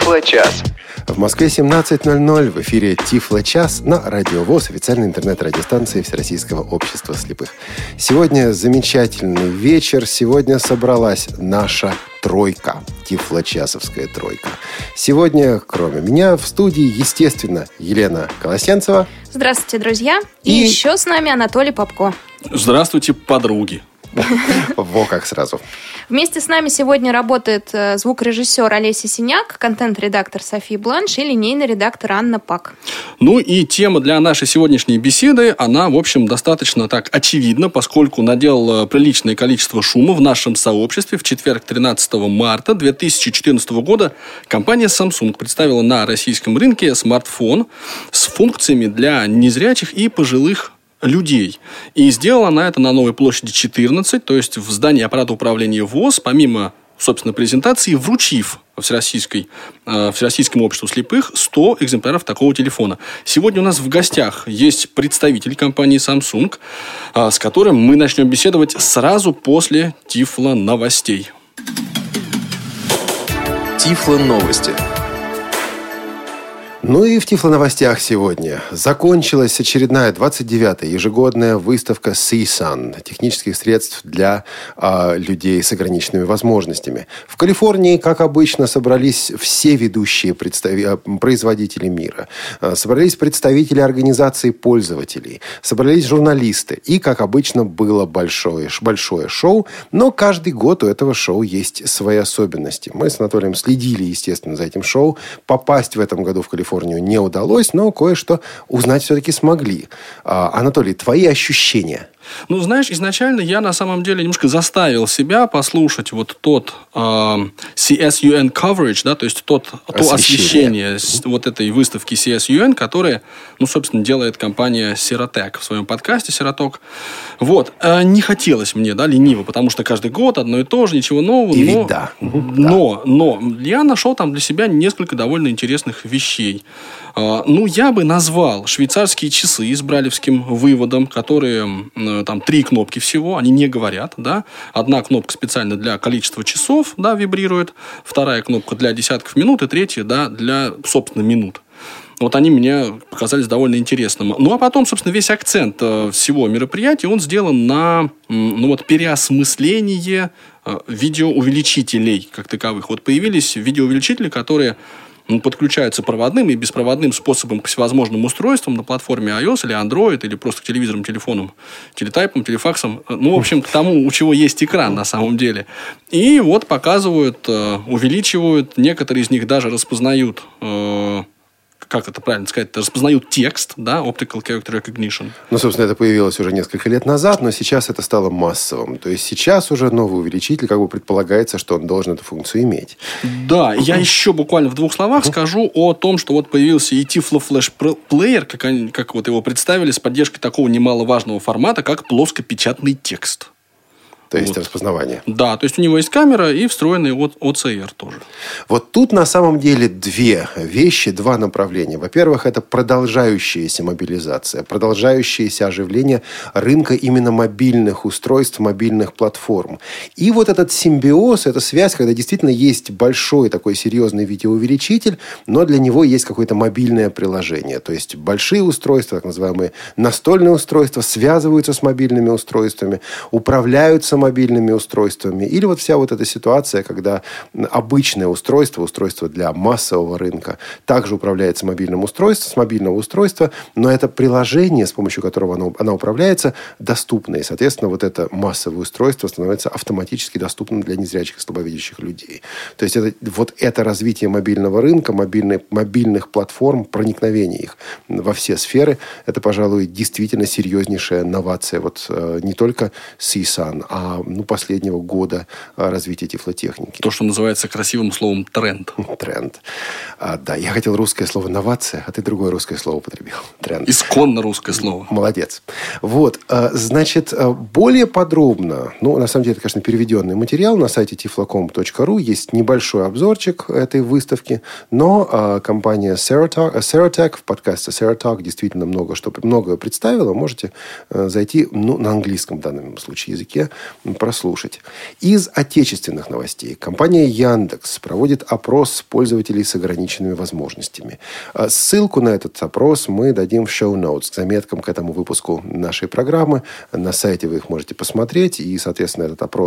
Тифло-час. В Москве 17:00. В эфире Тифло-час на Радио ВОС, официальной интернет-радиостанции Всероссийского общества слепых. Сегодня замечательный вечер. Сегодня собралась наша тройка. Тифло-часовская тройка. Сегодня, кроме меня, в студии, естественно, Елена Колосенцева. Здравствуйте, друзья. И еще с нами Анатолий Попко. Здравствуйте, подруги. Во как сразу. Вместе с нами сегодня работает звукорежиссер Олеся Синяк, контент-редактор София Бланш и линейный редактор Анна Пак. Ну и тема для нашей сегодняшней беседы, она, в общем, достаточно так очевидна, поскольку наделала приличное количество шума в нашем сообществе. В четверг, 13 марта 2014 года компания Samsung представила на российском рынке смартфон с функциями для незрячих и пожилых людей. И сделала она это на Новой площади 14, то есть в здании аппарата управления ВОС, помимо, собственно, презентации, вручив Всероссийскому обществу слепых 100 экземпляров такого телефона. Сегодня у нас в гостях есть представитель компании Samsung, с которым мы начнем беседовать сразу после Тифло новостей. Тифло новости. Ну и в Тифло-новостях сегодня закончилась очередная 29-я ежегодная выставка CSUN, технических средств для людей с ограниченными возможностями. В Калифорнии, как обычно, собрались все ведущие производители мира. Собрались представители организаций пользователей. Собрались журналисты. И, как обычно, было большое шоу. Но каждый год у этого шоу есть свои особенности. Мы с Анатолием следили, естественно, за этим шоу. Попасть в этом году в Калифорнию не удалось, но кое-что узнать все-таки смогли. Анатолий, твои ощущения? Ну, знаешь, изначально я на самом деле немножко заставил себя послушать вот тот CSUN coverage, да, то есть то освещение вот этой выставки CSUN, которое, ну, собственно, делает компания Sirotech в своем подкасте «Сироток». Вот. Не хотелось мне, да, лениво, потому что каждый год одно и то же, ничего нового. Но я нашел там для себя несколько довольно интересных вещей. Ну, я бы назвал швейцарские часы с брайлевским выводом, которые... Там 3 кнопки всего, они не говорят, да. Одна кнопка специально для количества часов, да, вибрирует. Вторая кнопка для десятков минут. И третья, да, для, собственно, минут. Вот они мне показались довольно интересным. Ну, а потом, собственно, весь акцент всего мероприятия, он сделан на, переосмыслении видеоувеличителей как таковых. Вот появились видеоувеличители, которые подключаются проводным и беспроводным способом к всевозможным устройствам на платформе iOS или Android, или просто к телевизорам, телефонам, телетайпам, телефаксам. Ну, в общем, к тому, у чего есть экран на самом деле. И вот показывают, увеличивают. Некоторые из них даже распознают... как это правильно сказать, распознают текст, да, Optical Character Recognition. Ну, собственно, это появилось уже несколько лет назад, но сейчас это стало массовым. То есть сейчас уже новый увеличитель, как бы предполагается, что он должен эту функцию иметь. Да, я еще буквально в 2 словах скажу о том, что вот появился и Tiflo Flash Player, как вот его представили, с поддержкой такого немаловажного формата, как плоскопечатный текст. То есть распознавание. Да, то есть у него есть камера и встроенный OCR тоже. Вот тут на самом деле 2 вещи, 2 направления. Во-первых, это продолжающаяся мобилизация, продолжающееся оживление рынка именно мобильных устройств, мобильных платформ. И вот этот симбиоз, эта связь, когда действительно есть большой такой серьезный видеоувеличитель, но для него есть какое-то мобильное приложение. То есть большие устройства, так называемые настольные устройства, связываются с мобильными устройствами, управляются мобильными устройствами. Или вот вся вот эта ситуация, когда обычное устройство для массового рынка, также управляется мобильным устройством, с мобильного устройства, но это приложение, с помощью которого оно управляется, доступно. И, соответственно, вот это массовое устройство становится автоматически доступным для незрячих и слабовидящих людей. То есть это развитие мобильного рынка, мобильных платформ, проникновение их во все сферы, это, пожалуй, действительно серьезнейшая новация. Вот не только CSUN, а последнего года развития тифлотехники. То, что называется красивым словом тренд. Тренд. Да, я хотел русское слово новация, а ты другое русское слово употребил. Тренд. Исконно русское слово. Молодец. Вот, значит, более подробно, на самом деле, это, конечно, переведенный материал на сайте tiflocom.ru, есть небольшой обзорчик этой выставки, но компания Sirotech в подкасте Sirotech действительно многое представила. Можете зайти, на английском в данном случае языке, прослушать. Из отечественных новостей. Компания Яндекс проводит опрос пользователей с ограниченными возможностями. Ссылку на этот опрос мы дадим в show notes, к заметкам к этому выпуску нашей программы. На сайте вы их можете посмотреть и, соответственно,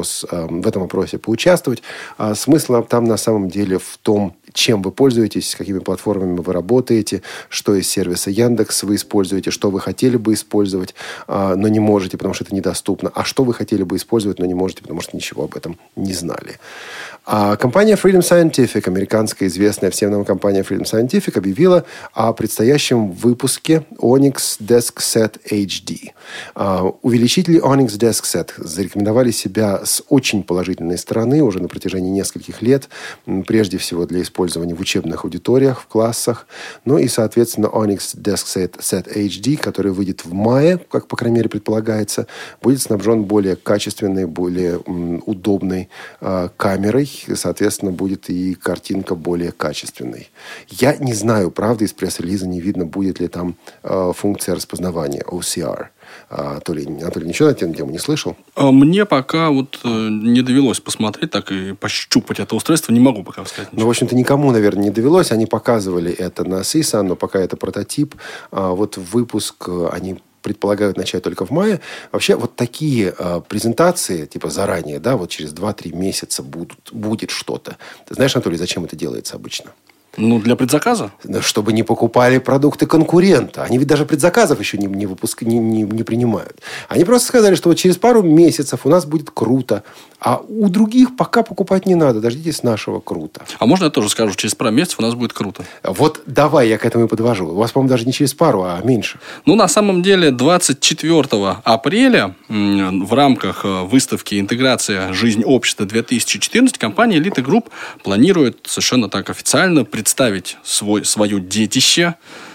в этом опросе поучаствовать. Смысл там на самом деле в том, чем вы пользуетесь, с какими платформами вы работаете, что из сервиса Яндекс вы используете, что вы хотели бы использовать, но не можете, потому что это недоступно, а что вы хотели бы использовать, но не можете, потому что ничего об этом не знали. Компания Freedom Scientific, американская известная всем нам компания Freedom Scientific, объявила о предстоящем выпуске Onyx DeskSet HD. Увеличители Onyx DeskSet зарекомендовали себя с очень положительной стороны уже на протяжении нескольких лет, прежде всего для использования в учебных аудиториях, в классах. Ну и, соответственно, Onyx DeskSet HD, который выйдет в мае, как, по крайней мере, предполагается, будет снабжен более качественной, более удобной камерой. Соответственно, будет и картинка более качественной. Я не знаю, правда, из пресс-релиза не видно, будет ли там функция распознавания OCR. Анатолий, ничего на эту тему не слышал? Мне пока не довелось посмотреть, так и пощупать это устройство, не могу пока сказать ничего. В общем-то, никому, наверное, не довелось. Они показывали это на CISA, но пока это прототип. Выпуск они предполагают начать только в мае. Вообще, такие презентации, типа заранее, через 2-3 месяца будет что-то. Ты знаешь, Анатолий, зачем это делается обычно? Для предзаказа? Чтобы не покупали продукты конкурента. Они ведь даже предзаказов еще не принимают. Они просто сказали, что через пару месяцев у нас будет круто. А у других пока покупать не надо. Дождитесь нашего круто. А можно я тоже скажу, через пару месяцев у нас будет круто? Давай я к этому и подвожу. У вас, по-моему, даже не через пару, а меньше. На самом деле, 24 апреля в рамках выставки «Интеграция. Жизнь общества 2014» компания Elite Group планирует совершенно так официально представить свое детище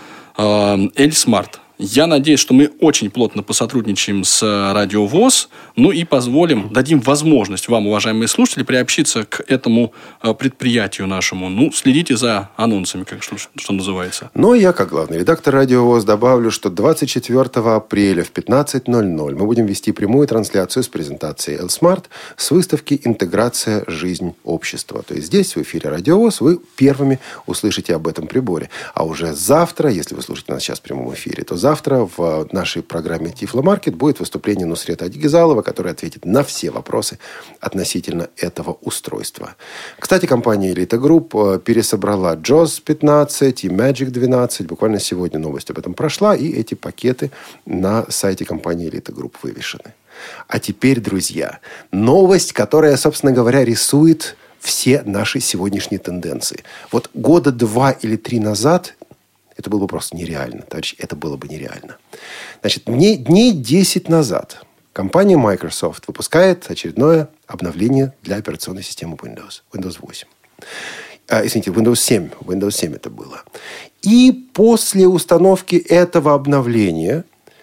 L-Smart. Я надеюсь, что мы очень плотно посотрудничаем с Радио ВОС, и дадим возможность вам, уважаемые слушатели, приобщиться к этому предприятию нашему. Следите за анонсами, что называется. Я, как главный редактор Радио ВОС, добавлю, что 24 апреля в 15:00 мы будем вести прямую трансляцию с презентацией L-Smart с выставки «Интеграция. Жизнь общества». То есть здесь, в эфире Радио ВОС, вы первыми услышите об этом приборе. А уже завтра, если вы слушаете нас сейчас в прямом эфире, то завтра в нашей программе «Тифломаркет» будет выступление Нусрета Адигизалова, который ответит на все вопросы относительно этого устройства. Кстати, компания Elite Group пересобрала JAWS 15 и Magic 12. Буквально сегодня новость об этом прошла, и эти пакеты на сайте компании Elite Group вывешены. А теперь, друзья, новость, которая, собственно говоря, рисует все наши сегодняшние тенденции. 2 или 3 года назад это было бы просто нереально, товарищи. Это было бы нереально. Значит, дней 10 назад компания Microsoft выпускает очередное обновление для операционной системы Windows. Windows 8. Windows 7. Windows 7 это было. И после установки этого обновления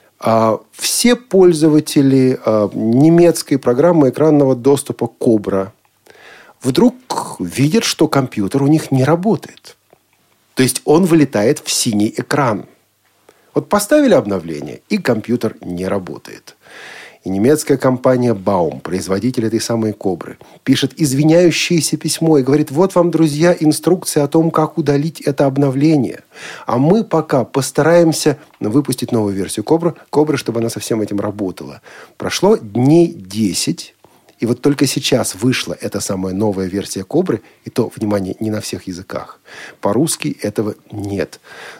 все пользователи немецкой программы экранного доступа Cobra вдруг видят, что компьютер у них не работает. То есть он вылетает в синий экран. Поставили обновление, и компьютер не работает. И немецкая компания Baum, производитель этой самой Кобры, пишет извиняющееся письмо и говорит: вот вам, друзья, инструкция о том, как удалить это обновление. А мы пока постараемся выпустить новую версию Кобры, чтобы она со всем этим работала. Прошло дней 10. И только сейчас вышла эта самая новая версия Кобры, и то, внимание, не на всех языках. По-русски этого нет.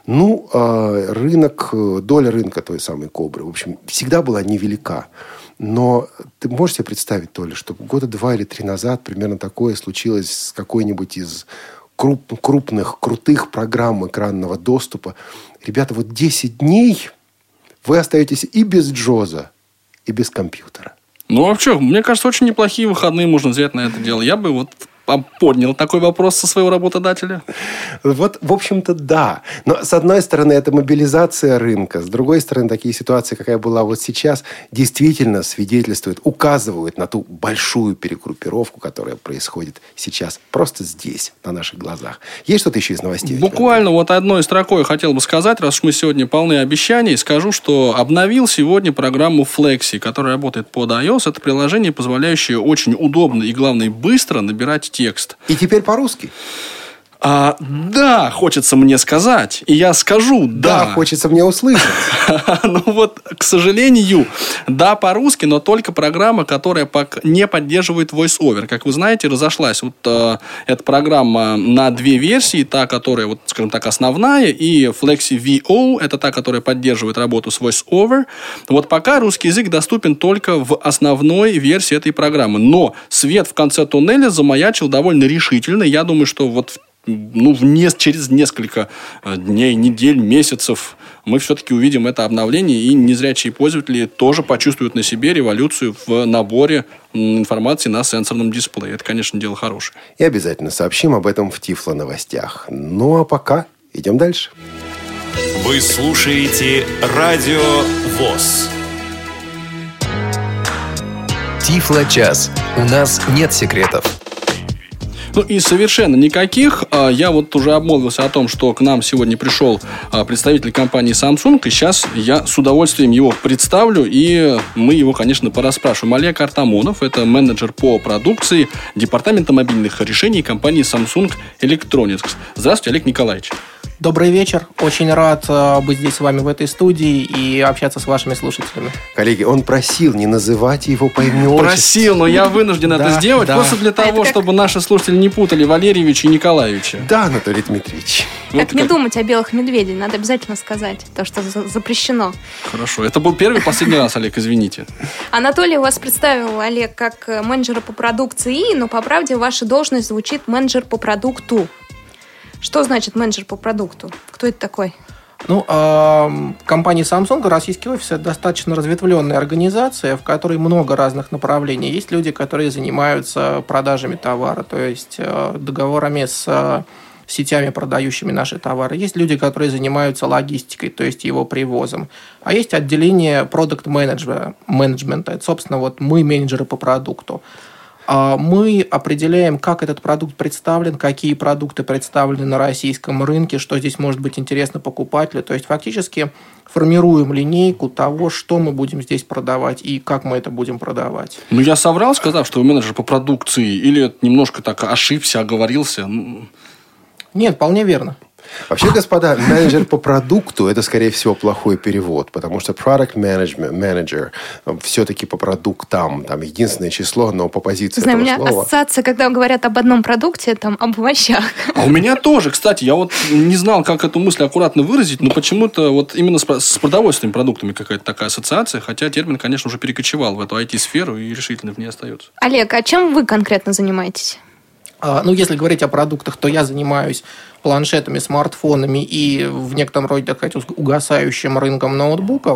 Доля рынка той самой Кобры, в общем, всегда была невелика. Но ты можешь себе представить, Толя, что 2 или 3 года назад примерно такое случилось с какой-нибудь из крупных, крутых программ экранного доступа. Ребята, 10 дней вы остаетесь и без Джоза, и без компьютера. Вообще, мне кажется, очень неплохие выходные можно взять на это дело. Я бы поднял такой вопрос со своего работодателя? Вот, в общем-то, да. Но, с одной стороны, это мобилизация рынка. С другой стороны, такие ситуации, какая была вот сейчас, действительно свидетельствуют, указывают на ту большую перегруппировку, которая происходит сейчас просто здесь, на наших глазах. Есть что-то еще из новостей? Буквально вот одной строкой хотел бы сказать, раз уж мы сегодня полны обещаний, скажу, что обновил сегодня программу Flexi, которая работает под iOS. Это приложение, позволяющее очень удобно и, главное, быстро набирать текст. И теперь по-русски? Да, хочется мне сказать. И я скажу да. Да, хочется мне услышать. Ну вот, к сожалению, да, по-русски, но только программа, которая не поддерживает VoiceOver. Как вы знаете, разошлась вот эта программа на две версии. Та, которая, вот, скажем так, основная, и Flexi VO, это та, которая поддерживает работу с VoiceOver. Вот пока русский язык доступен только в основной версии этой программы. Но свет в конце туннеля замаячил довольно решительно. Я думаю, что вот через несколько дней, недель, месяцев мы все-таки увидим это обновление, и незрячие пользователи тоже почувствуют на себе революцию в наборе информации на сенсорном дисплее. Это, конечно, дело хорошее. И обязательно сообщим об этом в Тифло новостях. Ну, а пока идем дальше. Вы слушаете Радио ВОС. Тифло час. У нас нет секретов. Ну и совершенно никаких. Я вот уже обмолвился о том, что к нам сегодня пришел представитель компании Samsung, и сейчас я с удовольствием его представлю, и мы его, конечно, порасспрашиваем. Олег Артамонов, это менеджер по продукции департамента мобильных решений компании Samsung Electronics. Здравствуйте, Олег Николаевич. Добрый вечер. Очень рад быть здесь с вами в этой студии и общаться с вашими слушателями. Коллеги, он просил не называть его по имени-отчеству. Просил, но я вынужден это сделать, просто для того, чтобы наши слушатели не путали Валерьевича и Николаевича. Да, Анатолий Дмитриевич. Как не думать о белых медведях, надо обязательно сказать то, что запрещено. Хорошо, это был первый и последний раз, Олег, извините. Анатолий вас представил, Олег, как менеджера по продукции, но по правде ваша должность звучит менеджер по продукту. Что значит менеджер по продукту? Кто это такой? Компания Samsung, российский офис, это достаточно разветвленная организация, в которой много разных направлений. Есть люди, которые занимаются продажами товара, то есть договорами с сетями, продающими наши товары. Есть люди, которые занимаются логистикой, то есть его привозом. А есть отделение продукт-менеджмента. Это, собственно, вот мы менеджеры по продукту. Мы определяем, как этот продукт представлен, какие продукты представлены на российском рынке, что здесь может быть интересно покупателю. То есть, фактически формируем линейку того, что мы будем здесь продавать и как мы это будем продавать. Ну, я соврал, сказав, что вы менеджер по продукции, или немножко так ошибся, оговорился? Нет, вполне верно. Вообще, господа, менеджер по продукту – это, скорее всего, плохой перевод, потому что product manager все-таки по продуктам. Там единственное число, но по позиции этого слова. У меня ассоциация, когда говорят об одном продукте, там, об овощах. А у меня тоже, кстати, я вот не знал, как эту мысль аккуратно выразить, но почему-то вот именно с продовольственными продуктами какая-то такая ассоциация, хотя термин, конечно, уже перекочевал в эту IT-сферу и решительно в ней остается. Олег, а чем вы конкретно занимаетесь? Если говорить о продуктах, то я занимаюсь планшетами, смартфонами и в некотором роде, так сказать, угасающим рынком ноутбуков.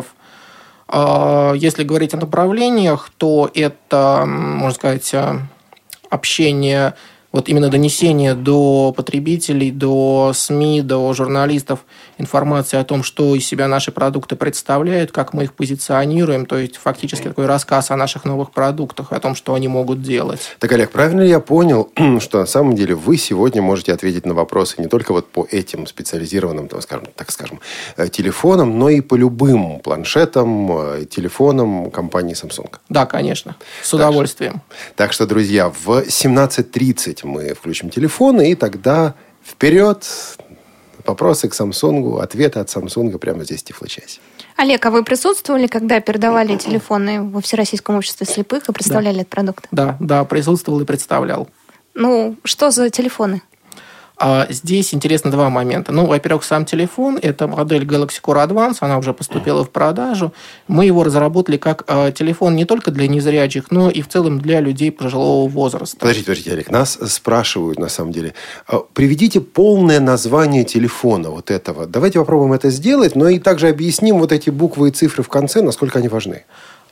Если говорить о направлениях, то это, можно сказать, общение, вот именно донесение до потребителей, до СМИ, до журналистов информации о том, что из себя наши продукты представляют, как мы их позиционируем, то есть фактически такой рассказ о наших новых продуктах, о том, что они могут делать. Так, Олег, правильно ли я понял, что на самом деле вы сегодня можете ответить на вопросы не только вот по этим специализированным, так скажем, телефонам, но и по любым планшетам, телефонам компании Samsung? Да, конечно, с удовольствием. Так что, друзья, в 17:30 мы включим телефоны, и тогда вперед! Вопросы к Samsung, ответы от Samsung прямо здесь в Тифло-часе. Олег, а вы присутствовали, когда передавали телефоны во Всероссийском обществе слепых и представляли этот продукт? Да, присутствовал и представлял. Что за телефоны? Здесь интересно два момента. Во-первых, сам телефон – это модель Galaxy Core Advance, она уже поступила в продажу. Мы его разработали как телефон не только для незрячих, но и в целом для людей пожилого возраста. Подождите, Олег, нас спрашивают, на самом деле, приведите полное название телефона вот этого. Давайте попробуем это сделать, но и также объясним вот эти буквы и цифры в конце, насколько они важны.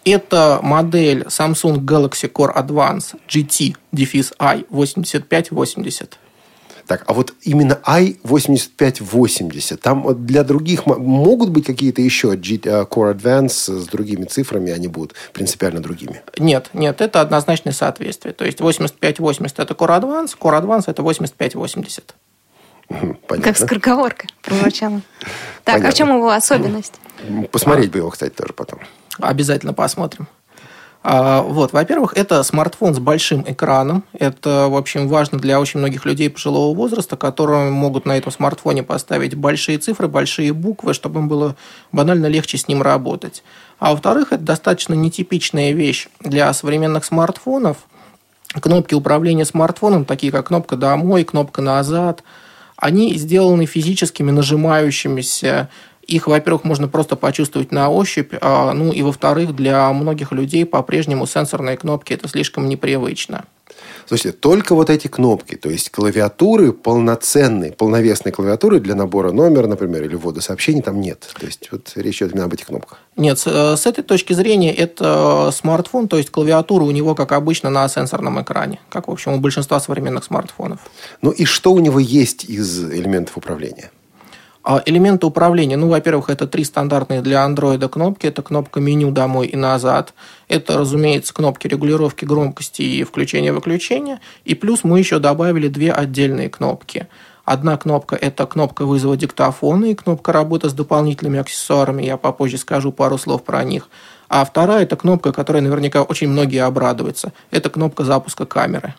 Это модель Samsung Galaxy Core Advance GT-i 8580. Так, а вот именно i8580, там для других могут быть какие-то еще Core Advance с другими цифрами, они будут принципиально другими? Нет, это однозначное соответствие. То есть 8580 это Core Advance это 8580. Понятно. Как скороговорка прозвучала. Так, а в чем его особенность? Посмотреть бы его, кстати, тоже потом. Обязательно посмотрим. Во-первых, это смартфон с большим экраном. Это, в общем, важно для очень многих людей пожилого возраста, которые могут на этом смартфоне поставить большие цифры, большие буквы, чтобы им было банально легче с ним работать. А во-вторых, это достаточно нетипичная вещь для современных смартфонов. Кнопки управления смартфоном, такие как кнопка «Домой», кнопка «Назад», они сделаны физическими нажимающимися. Их, во-первых, можно просто почувствовать на ощупь, и, во-вторых, для многих людей по-прежнему сенсорные кнопки – это слишком непривычно. Слушайте, только вот эти кнопки, то есть клавиатуры полноценной, полновесной клавиатуры для набора номера, например, или ввода сообщений там нет. То есть вот речь идет именно об этих кнопках. Нет, с этой точки зрения это смартфон, то есть клавиатура у него, как обычно, на сенсорном экране, как, в общем, у большинства современных смартфонов. Ну и что у него есть из элементов управления? Элементы управления, во-первых, это 3 стандартные для Android кнопки. Это кнопка меню «Домой» и «Назад». Это, разумеется, кнопки регулировки громкости и включения-выключения. И плюс мы еще добавили 2 отдельные кнопки. Одна кнопка – это кнопка вызова диктофона и кнопка работы с дополнительными аксессуарами. Я попозже скажу пару слов про них. А вторая – это кнопка, которой наверняка очень многие обрадуются. Это кнопка запуска камеры.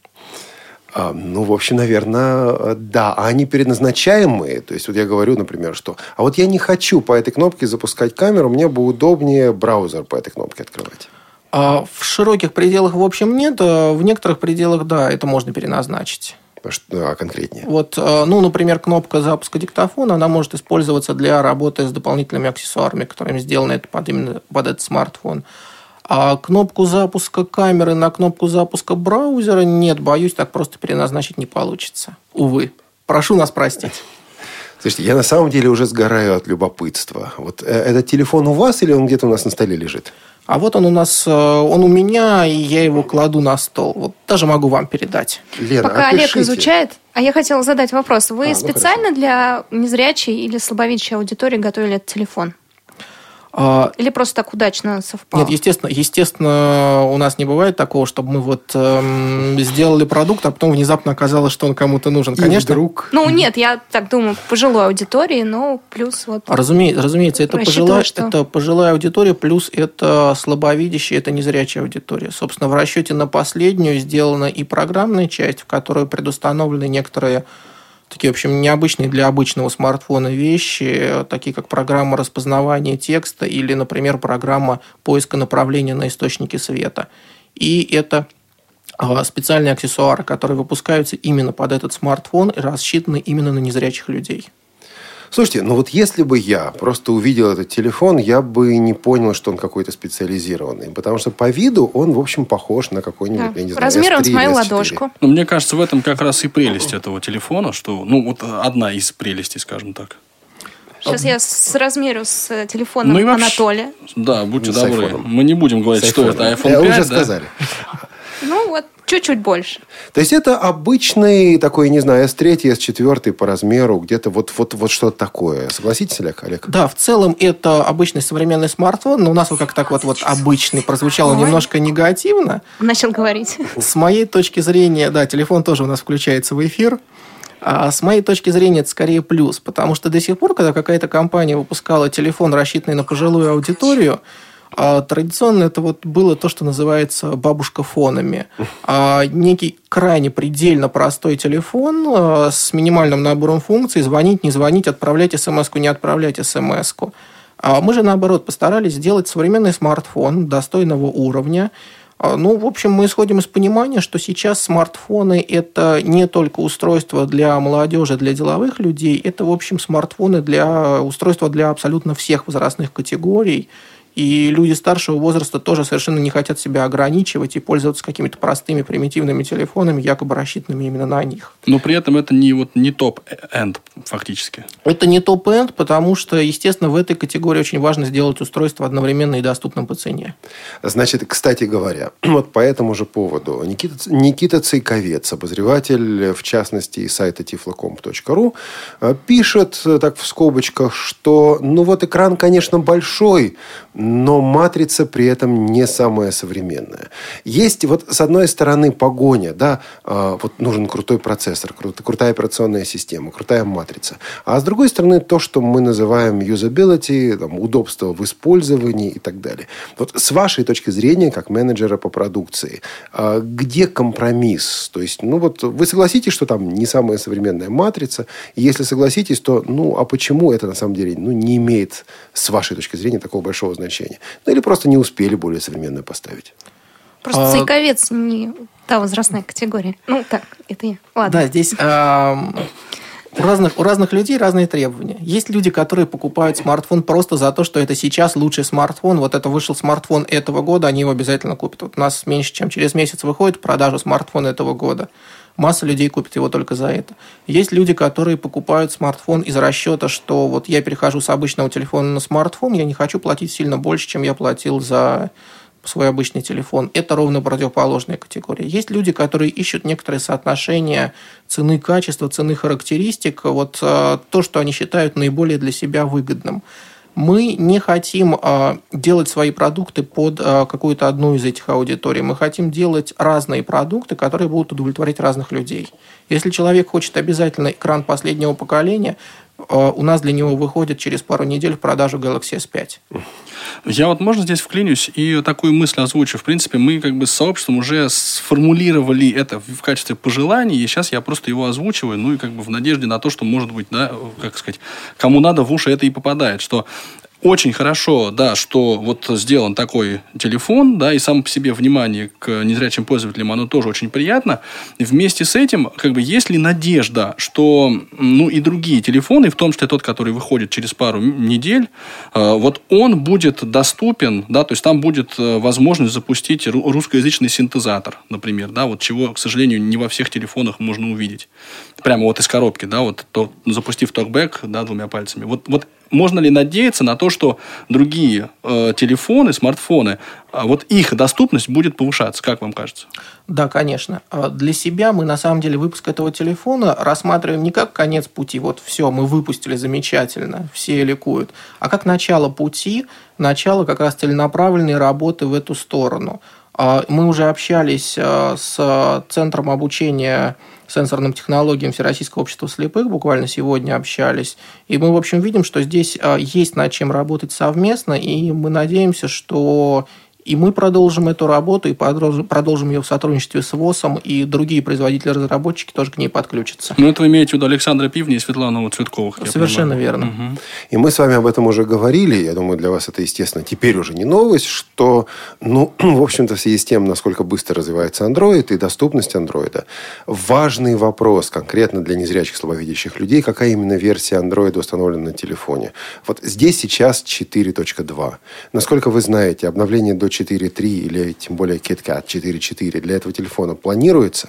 В общем, наверное, да. А они предназначаемые? То есть, вот я говорю, например, что... А вот я не хочу по этой кнопке запускать камеру, мне бы удобнее браузер по этой кнопке открывать. В широких пределах, в общем, нет. В некоторых пределах, да, это можно переназначить. А конкретнее? Например, кнопка запуска диктофона, она может использоваться для работы с дополнительными аксессуарами, которыми сделано это именно под этот смартфон. А кнопку запуска камеры на кнопку запуска браузера нет, боюсь, так просто переназначить не получится. Увы. Прошу нас простить. Слушайте, я на самом деле уже сгораю от любопытства. Вот этот телефон у вас или он где-то у нас на столе лежит? А вот он у меня, и я его кладу на стол. Вот даже могу вам передать. Лена, пока опишите. Олег изучает, а я хотела задать вопрос. Вы специально для незрячей или слабовидящей аудитории готовили этот телефон? Или просто так удачно совпало? Нет, естественно, у нас не бывает такого, чтобы мы сделали продукт, а потом внезапно оказалось, что он кому-то нужен. Конечно. Вдруг... Нет, я так думаю, пожилой аудитории, но плюс вот... Разумеется, это пожилая аудитория, плюс это слабовидящая, это незрячая аудитория. Собственно, в расчете на последнюю сделана и программная часть, в которой предустановлены некоторые такие, в общем, необычные для обычного смартфона вещи, такие как программа распознавания текста или, например, программа поиска направления на источники света. И это специальные аксессуары, которые выпускаются именно под этот смартфон и рассчитаны именно на незрячих людей. Слушайте, если бы я просто увидел этот телефон, я бы не понял, что он какой-то специализированный. Потому что по виду он, в общем, похож на какой-нибудь, я не знаю, размером S3, с мою S4. ладошку. Мне кажется, в этом как раз и прелесть этого телефона, что, одна из прелестей, скажем так. Сейчас я размерю с телефоном Анатолия. Да, будьте с добры. айфоном. Мы не будем говорить, что это iPhone 5. Уже сказали. Чуть-чуть больше. То есть, это обычный такой, не знаю, S3, S4 по размеру, где-то вот что-то такое. Согласитесь, Олег? Да, в целом это обычный современный смартфон, но у нас как так вот обычный прозвучало немножко негативно. Начал говорить. С моей точки зрения, да, телефон тоже у нас включается в эфир. А с моей точки зрения это скорее плюс, потому что до сих пор, когда какая-то компания выпускала телефон, рассчитанный на пожилую аудиторию, традиционно это было то, что называется бабушкафонами. Некий крайне предельно простой телефон с минимальным набором функций: звонить, не звонить, отправлять смс-ку, не отправлять смс-ку. Мы же, наоборот, постарались сделать современный смартфон достойного уровня. В общем, мы исходим из понимания, что сейчас смартфоны – это не только устройства для молодежи, для деловых людей, это, в общем, смартфоны устройства для абсолютно всех возрастных категорий. И люди старшего возраста тоже совершенно не хотят себя ограничивать и пользоваться какими-то простыми, примитивными телефонами, якобы рассчитанными именно на них. Но при этом это не топ-энд фактически. Это не топ-энд, потому что, естественно, в этой категории очень важно сделать устройство одновременно и доступным по цене. Значит, кстати говоря, вот по этому же поводу Никита Цейковец, обозреватель, в частности, сайта tiflocom.ru, пишет так в скобочках, что экран, конечно, большой, но матрица при этом не самая современная. Есть с одной стороны погоня, да, нужен крутой процессор, крутая операционная система, крутая матрица. А с другой стороны то, что мы называем usability, удобство в использовании и так далее. Вот с вашей точки зрения, как менеджера по продукции, где компромисс? То есть, вы согласитесь, что там не самая современная матрица? И если согласитесь, то, а почему это на самом деле, не имеет, с вашей точки зрения, такого большого значения? Или просто не успели более современную поставить? Просто Цейковец не та возрастная категория. Это я. Ладно. Да, здесь у разных людей разные требования. Есть люди, которые покупают смартфон просто за то, что это сейчас лучший смартфон. Вот это вышел смартфон этого года, они его обязательно купят. Вот у нас меньше, чем через месяц выходит в продажу смартфон этого года. Масса людей купит его только за это. Есть люди, которые покупают смартфон из расчета, что я перехожу с обычного телефона на смартфон, я не хочу платить сильно больше, чем я платил за свой обычный телефон. Это ровно противоположная категория. Есть люди, которые ищут некоторые соотношения цены-качества, цены-характеристик, то, что они считают наиболее для себя выгодным. Мы не хотим делать свои продукты под какую-то одну из этих аудиторий. Мы хотим делать разные продукты, которые будут удовлетворять разных людей. Если человек хочет обязательно экран последнего поколения, у нас для него выходит через пару недель в продажу Galaxy S5. Я можно здесь вклинюсь и такую мысль озвучу. В принципе, мы с сообществом уже сформулировали это в качестве пожеланий, и сейчас я просто его озвучиваю, в надежде на то, что, может быть, кому надо в уши это и попадает, что очень хорошо, да, что сделан такой телефон, да, и само по себе внимание к незрячим пользователям, оно тоже очень приятно. И вместе с этим, есть ли надежда, что, и другие телефоны, в том числе тот, который выходит через пару недель, он будет доступен, да, то есть там будет возможность запустить русскоязычный синтезатор, например, да, чего, к сожалению, не во всех телефонах можно увидеть. Прямо из коробки, да, запустив токбэк, да, 2 пальцами. Можно ли надеяться на то, что другие телефоны, смартфоны, их доступность будет повышаться, как вам кажется? Да, конечно. Для себя мы, на самом деле, выпуск этого телефона рассматриваем не как конец пути, все, мы выпустили замечательно, все ликуют, а как начало пути, начало как раз целенаправленной работы в эту сторону. Мы уже общались с Центром обучения сенсорным технологиям Всероссийского общества слепых, буквально сегодня общались, и мы, в общем, видим, что здесь есть над чем работать совместно, и мы надеемся, что и мы продолжим эту работу, и продолжим ее в сотрудничестве с ВОСом, и другие производители-разработчики тоже к ней подключатся. Это вы имеете в виду Александра Пивни и Светлану Цветковых. Совершенно верно. Угу. И мы с вами об этом уже говорили. Я думаю, для вас это, естественно, теперь уже не новость, что, в общем-то, в связи с тем, насколько быстро развивается Android и доступность Android, важный вопрос конкретно для незрячих, слабовидящих людей, какая именно версия Android установлена на телефоне. Здесь сейчас 4.2. Насколько вы знаете, обновление до 4.3 или тем более KitKat 4.4 для этого телефона планируется?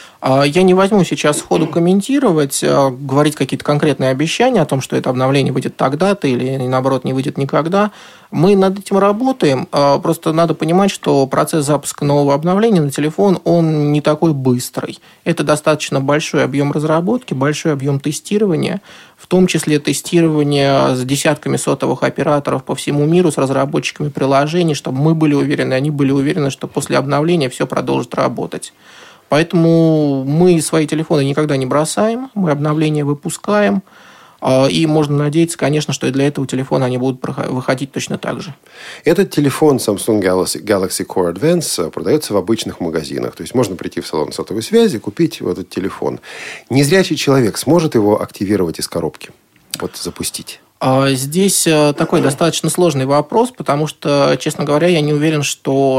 Я не возьму сейчас сходу комментировать, говорить какие-то конкретные обещания о том, что это обновление выйдет тогда-то или, наоборот, не выйдет никогда. Мы над этим работаем. Просто надо понимать, что процесс запуска нового обновления на телефон, он не такой быстрый. Это достаточно большой объем разработки, большой объем тестирования, в том числе тестирование с десятками сотовых операторов по всему миру, с разработчиками приложений, чтобы мы были уверены, они были уверены, что после обновления все продолжит работать. Поэтому мы свои телефоны никогда не бросаем, мы обновления выпускаем, и можно надеяться, конечно, что и для этого телефона они будут выходить точно так же. Этот телефон Samsung Galaxy Core Advance продается в обычных магазинах. То есть можно прийти в салон сотовой связи, купить этот телефон. Незрячий человек сможет его активировать из коробки? Запустить? Здесь такой достаточно сложный вопрос, потому что, честно говоря, я не уверен, что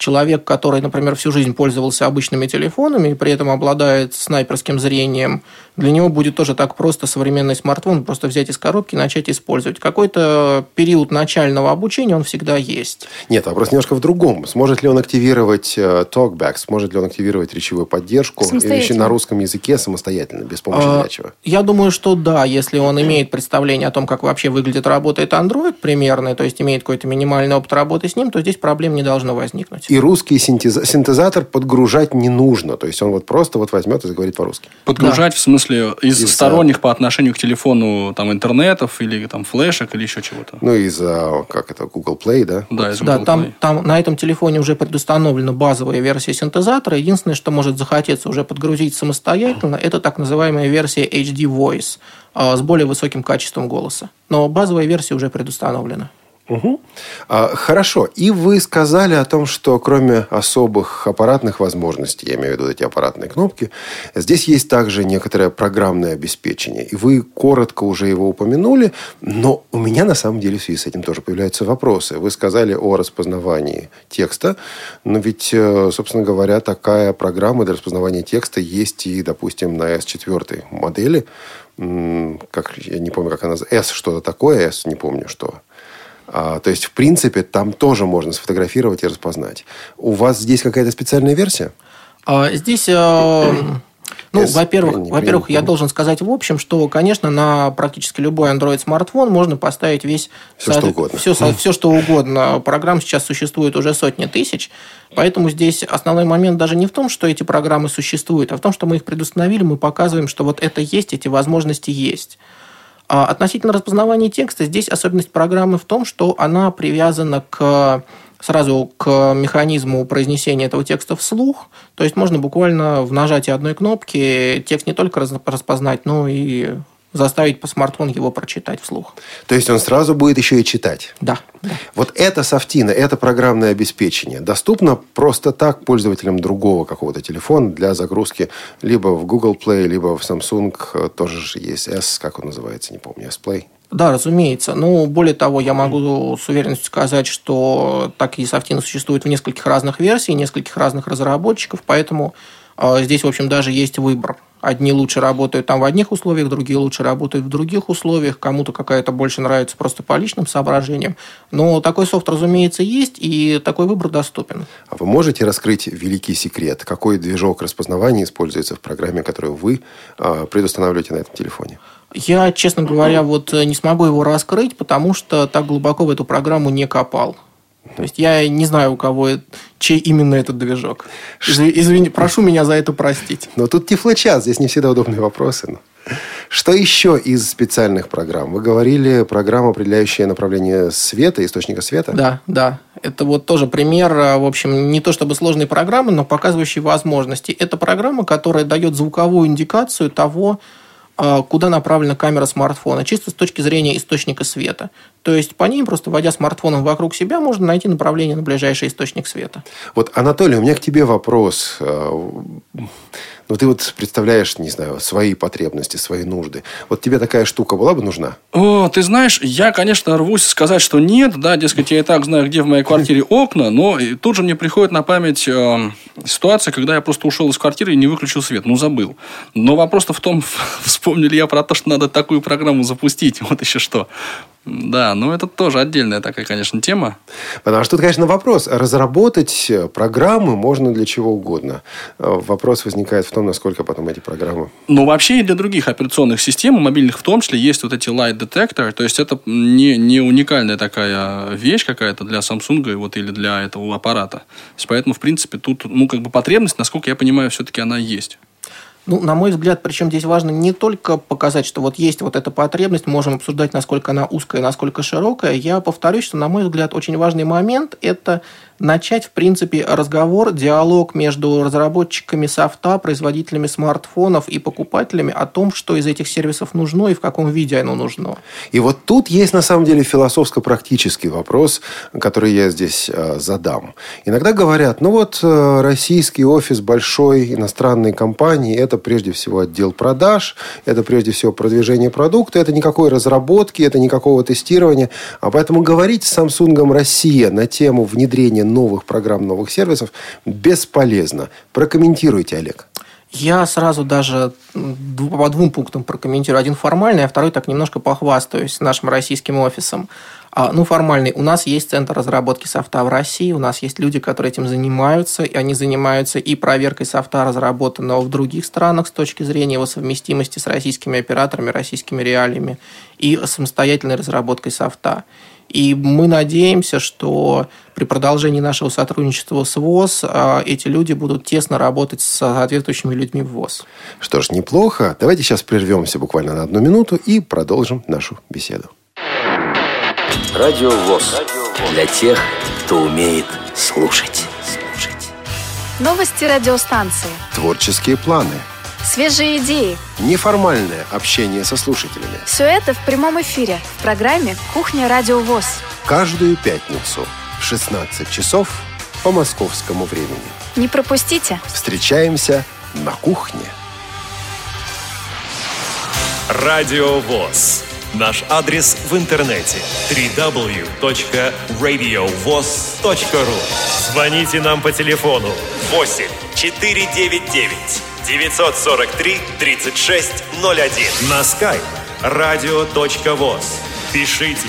человек, который, например, всю жизнь пользовался обычными телефонами и при этом обладает снайперским зрением, для него будет тоже так просто современный смартфон просто взять из коробки и начать использовать. Какой-то период начального обучения он всегда есть. Нет, вопрос немножко в другом. Сможет ли он активировать TalkBack, сможет ли он активировать речевую поддержку еще на русском языке самостоятельно, без помощи зрячего? Я думаю, что да, если он имеет представление о том, как вообще выглядит, работает Android примерно, то есть имеет какой-то минимальный опыт работы с ним, то здесь проблем не должно возникнуть. И русский синтезатор подгружать не нужно, то есть он просто возьмет и заговорит по-русски. Подгружать в смысле из сторонних по отношению к телефону там интернетов или там флешек или еще чего-то. Ну, из Google Play, да? Да, из Google Play. Там на этом телефоне уже предустановлена базовая версия синтезатора. Единственное, что может захотеться уже подгрузить самостоятельно, это так называемая версия HD Voice с более высоким качеством голоса. Но базовая версия уже предустановлена. Угу. Хорошо. И вы сказали о том, что кроме особых аппаратных возможностей, я имею в виду эти аппаратные кнопки, здесь есть также некоторое программное обеспечение. И вы коротко уже его упомянули, но у меня на самом деле в связи с этим тоже появляются вопросы. Вы сказали о распознавании текста, но ведь, собственно говоря, такая программа для распознавания текста есть и, допустим, на S4 модели. Я не помню, как она называется. S что-то такое, S не помню, что. То есть, в принципе, там тоже можно сфотографировать и распознать. У вас здесь какая-то специальная версия? Здесь, во-первых, я должен сказать в общем, что, конечно, на практически любой Android-смартфон можно поставить все, что угодно. Все, что угодно. Программ сейчас существует уже сотни тысяч. Поэтому здесь основной момент даже не в том, что эти программы существуют, а в том, что мы их предустановили, мы показываем, что вот это есть, эти возможности есть. Относительно распознавания текста, здесь особенность программы в том, что она привязана сразу к механизму произнесения этого текста вслух. То есть можно буквально в нажатии одной кнопки текст не только распознать, но и заставить по смартфону его прочитать вслух. То есть он сразу будет еще и читать? Да. Вот это софтина, это программное обеспечение доступно просто так пользователям другого какого-то телефона для загрузки либо в Google Play, либо в Samsung тоже же есть S, как он называется, не помню, S-Play? Да, разумеется. Ну, более того, я могу с уверенностью сказать, что такие софтины существуют в нескольких разных версиях, нескольких разных разработчиков, поэтому здесь, в общем, даже есть выбор. Одни лучше работают там в одних условиях, другие лучше работают в других условиях. Кому-то какая-то больше нравится просто по личным соображениям. Но такой софт, разумеется, есть, и такой выбор доступен. А вы можете раскрыть великий секрет? Какой движок распознавания используется в программе, которую вы предустанавливаете на этом телефоне? Я, честно говоря, не смогу его раскрыть, потому что так глубоко в эту программу не копал. То есть я не знаю, чей именно этот движок. Извини, прошу меня за это простить. Но тут Тифлочас, здесь не всегда удобные вопросы. Что еще из специальных программ? Вы говорили, программа, определяющая направление света, источника света? Да. Это тоже пример, в общем, не то чтобы сложной программы, но показывающей возможности. Это программа, которая дает звуковую индикацию того, куда направлена камера смартфона, чисто с точки зрения источника света. То есть, по ней, просто водя смартфоном вокруг себя, можно найти направление на ближайший источник света. Анатолий, у меня к тебе вопрос. Ты представляешь, не знаю, свои потребности, свои нужды. Тебе такая штука была бы нужна? Ты знаешь, я, конечно, рвусь сказать, что нет. Да, дескать, я и так знаю, где в моей квартире окна, но тут же мне приходит на память ситуация, когда я просто ушел из квартиры и не выключил свет. Забыл. Но вопрос-то в том, вспомнили я про то, что надо такую программу запустить. Вот еще что. Да, это тоже отдельная такая, конечно, тема. Потому что тут, конечно, вопрос. Разработать программы можно для чего угодно. Вопрос возникает в том, насколько потом эти программы... Вообще и для других операционных систем, мобильных в том числе, есть эти light detector. То есть, это не уникальная такая вещь какая-то для Samsung или для этого аппарата. Поэтому, в принципе, тут потребность, насколько я понимаю, все-таки она есть. На мой взгляд, причем здесь важно не только показать, что есть эта потребность, можем обсуждать, насколько она узкая, насколько широкая. Я повторюсь, что, на мой взгляд, очень важный момент – это начать, в принципе, разговор, диалог между разработчиками софта, производителями смартфонов и покупателями о том, что из этих сервисов нужно и в каком виде оно нужно. И тут есть, на самом деле, философско-практический вопрос, который я здесь задам. Иногда говорят, российский офис большой иностранной компании – это прежде всего отдел продаж, это прежде всего продвижение продукта, это никакой разработки, это никакого тестирования. А поэтому говорить с Samsung Россия на тему внедрения новых программ, новых сервисов бесполезно. Прокомментируйте, Олег. Я сразу даже по двум пунктам прокомментирую. Один формальный, а второй так немножко похвастаюсь нашим российским офисом. Формальный. У нас есть центр разработки софта в России, у нас есть люди, которые этим занимаются, и они занимаются и проверкой софта, разработанного в других странах с точки зрения его совместимости с российскими операторами, российскими реалиями, и самостоятельной разработкой софта. И мы надеемся, что при продолжении нашего сотрудничества с ВОС эти люди будут тесно работать с соответствующими людьми в ВОС. Что ж, неплохо. Давайте сейчас прервемся буквально на 1 минуту и продолжим нашу беседу. Радио ВОС. Для тех, кто умеет слушать. Новости радиостанции. Творческие планы. Свежие идеи. Неформальное общение со слушателями. Все это в прямом эфире в программе «Кухня Радио ВОС». Каждую пятницу в 16 часов по московскому времени. Не пропустите. Встречаемся на кухне. Радио ВОС. Наш адрес в интернете www.radiovoz.ru. Звоните нам по телефону 8 499 943 3601. На скайп radio.voz. Пишите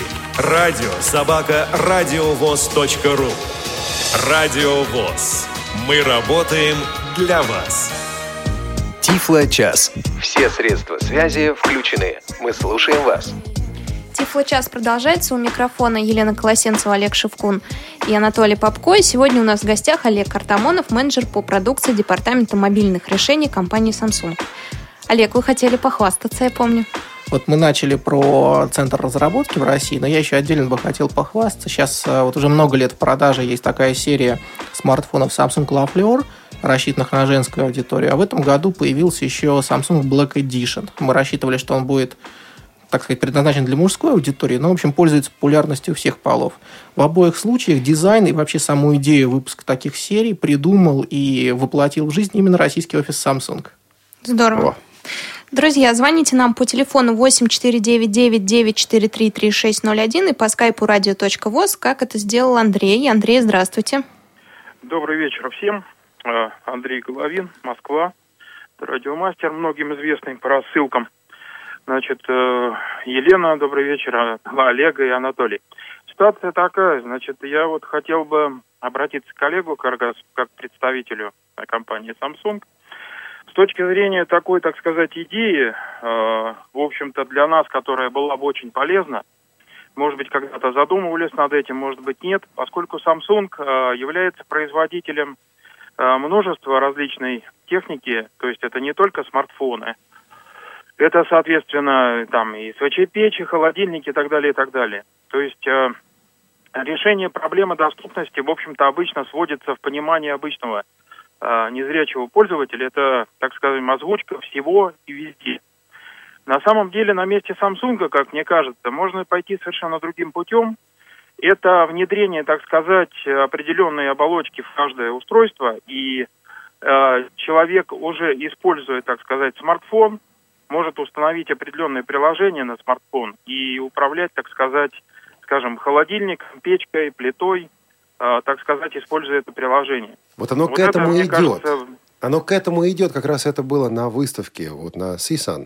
radio@radiovoz.ru. Радио ВОС. Мы работаем для вас. Тифло-час. Все средства связи включены. Мы слушаем вас. Тифло-час продолжается. У микрофона Елена Колосенцева, Олег Шевкун и Анатолий Попко. И сегодня у нас в гостях Олег Артамонов, менеджер по продукции департамента мобильных решений компании Samsung. Олег, вы хотели похвастаться, я помню. Вот мы начали про центр разработки в России, но я еще отдельно бы хотел похвастаться. Сейчас вот уже много лет в продаже есть такая серия смартфонов Samsung Lavalier, рассчитанных на женскую аудиторию. А в этом году появился еще Samsung Black Edition. Мы рассчитывали, что он будет, так сказать, предназначен для мужской аудитории, но, в общем, пользуется популярностью всех полов. В обоих случаях дизайн и вообще саму идею выпуска таких серий придумал и воплотил в жизнь именно российский офис Samsung. Здорово. Друзья, звоните нам по телефону 8499-943-3601 и по скайпу radio.voz, как это сделал Андрей. Андрей, здравствуйте. Добрый вечер всем. Андрей Головин, Москва. Радиомастер, многим известный по рассылкам. Значит, Елена, добрый вечер, Олега и Анатолий. Ситуация такая, значит, я вот хотел бы обратиться к коллегу, как представителю компании Samsung. С точки зрения такой, так сказать, идеи, в общем-то, для нас, которая была бы очень полезна, может быть, когда-то задумывались над этим, может быть, нет, поскольку Samsung является производителем множества различной техники, то есть это не только смартфоны, это, соответственно, там и СВЧ-печи, холодильники и так далее, и так далее. То есть решение проблемы доступности, в общем-то, обычно сводится в понимание обычного незрячего пользователя, это, так скажем, озвучка всего и везде. На самом деле, на месте Samsung, как мне кажется, можно пойти совершенно другим путем. Это внедрение, так сказать, определенной оболочки в каждое устройство, и человек, уже используя, так сказать, смартфон, может установить определенное приложение на смартфон и управлять, так сказать, скажем, холодильником, печкой, плитой, так сказать, используя это приложение. Вот оно к этому идет. Кажется... Оно к этому идет. Как раз это было на выставке, вот на CSUN.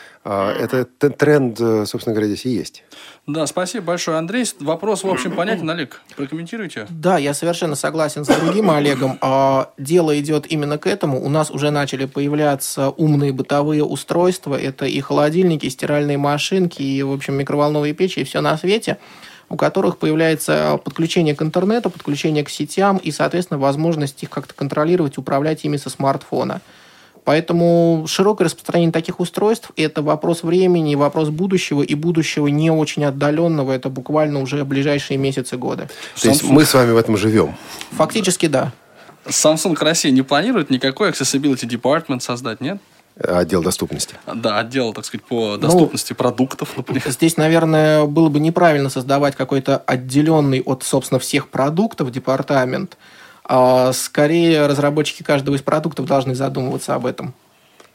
Это тренд, собственно говоря, здесь и есть. Да, спасибо большое, Андрей. Вопрос, в общем, понятен. Олег, прокомментируйте. Да, я совершенно согласен с другим Олегом. Дело идет именно к этому. У нас уже начали появляться умные бытовые устройства. Это и холодильники, и стиральные машинки, и, в общем, микроволновые печи, и все на свете, у которых появляется подключение к интернету, подключение к сетям и, соответственно, возможность их как-то контролировать, управлять ими со смартфона. Поэтому широкое распространение таких устройств – это вопрос времени, вопрос будущего, и будущего не очень отдаленного. Это буквально уже ближайшие месяцы, годы. То есть мы с вами в этом живем? Фактически, да. Samsung Россия не планирует никакой accessibility department создать, нет? Отдел доступности. Да, отдел, так сказать, по доступности продуктов, например. Здесь, наверное, было бы неправильно создавать какой-то отделенный от, собственно, всех продуктов департамент. Скорее, разработчики каждого из продуктов должны задумываться об этом.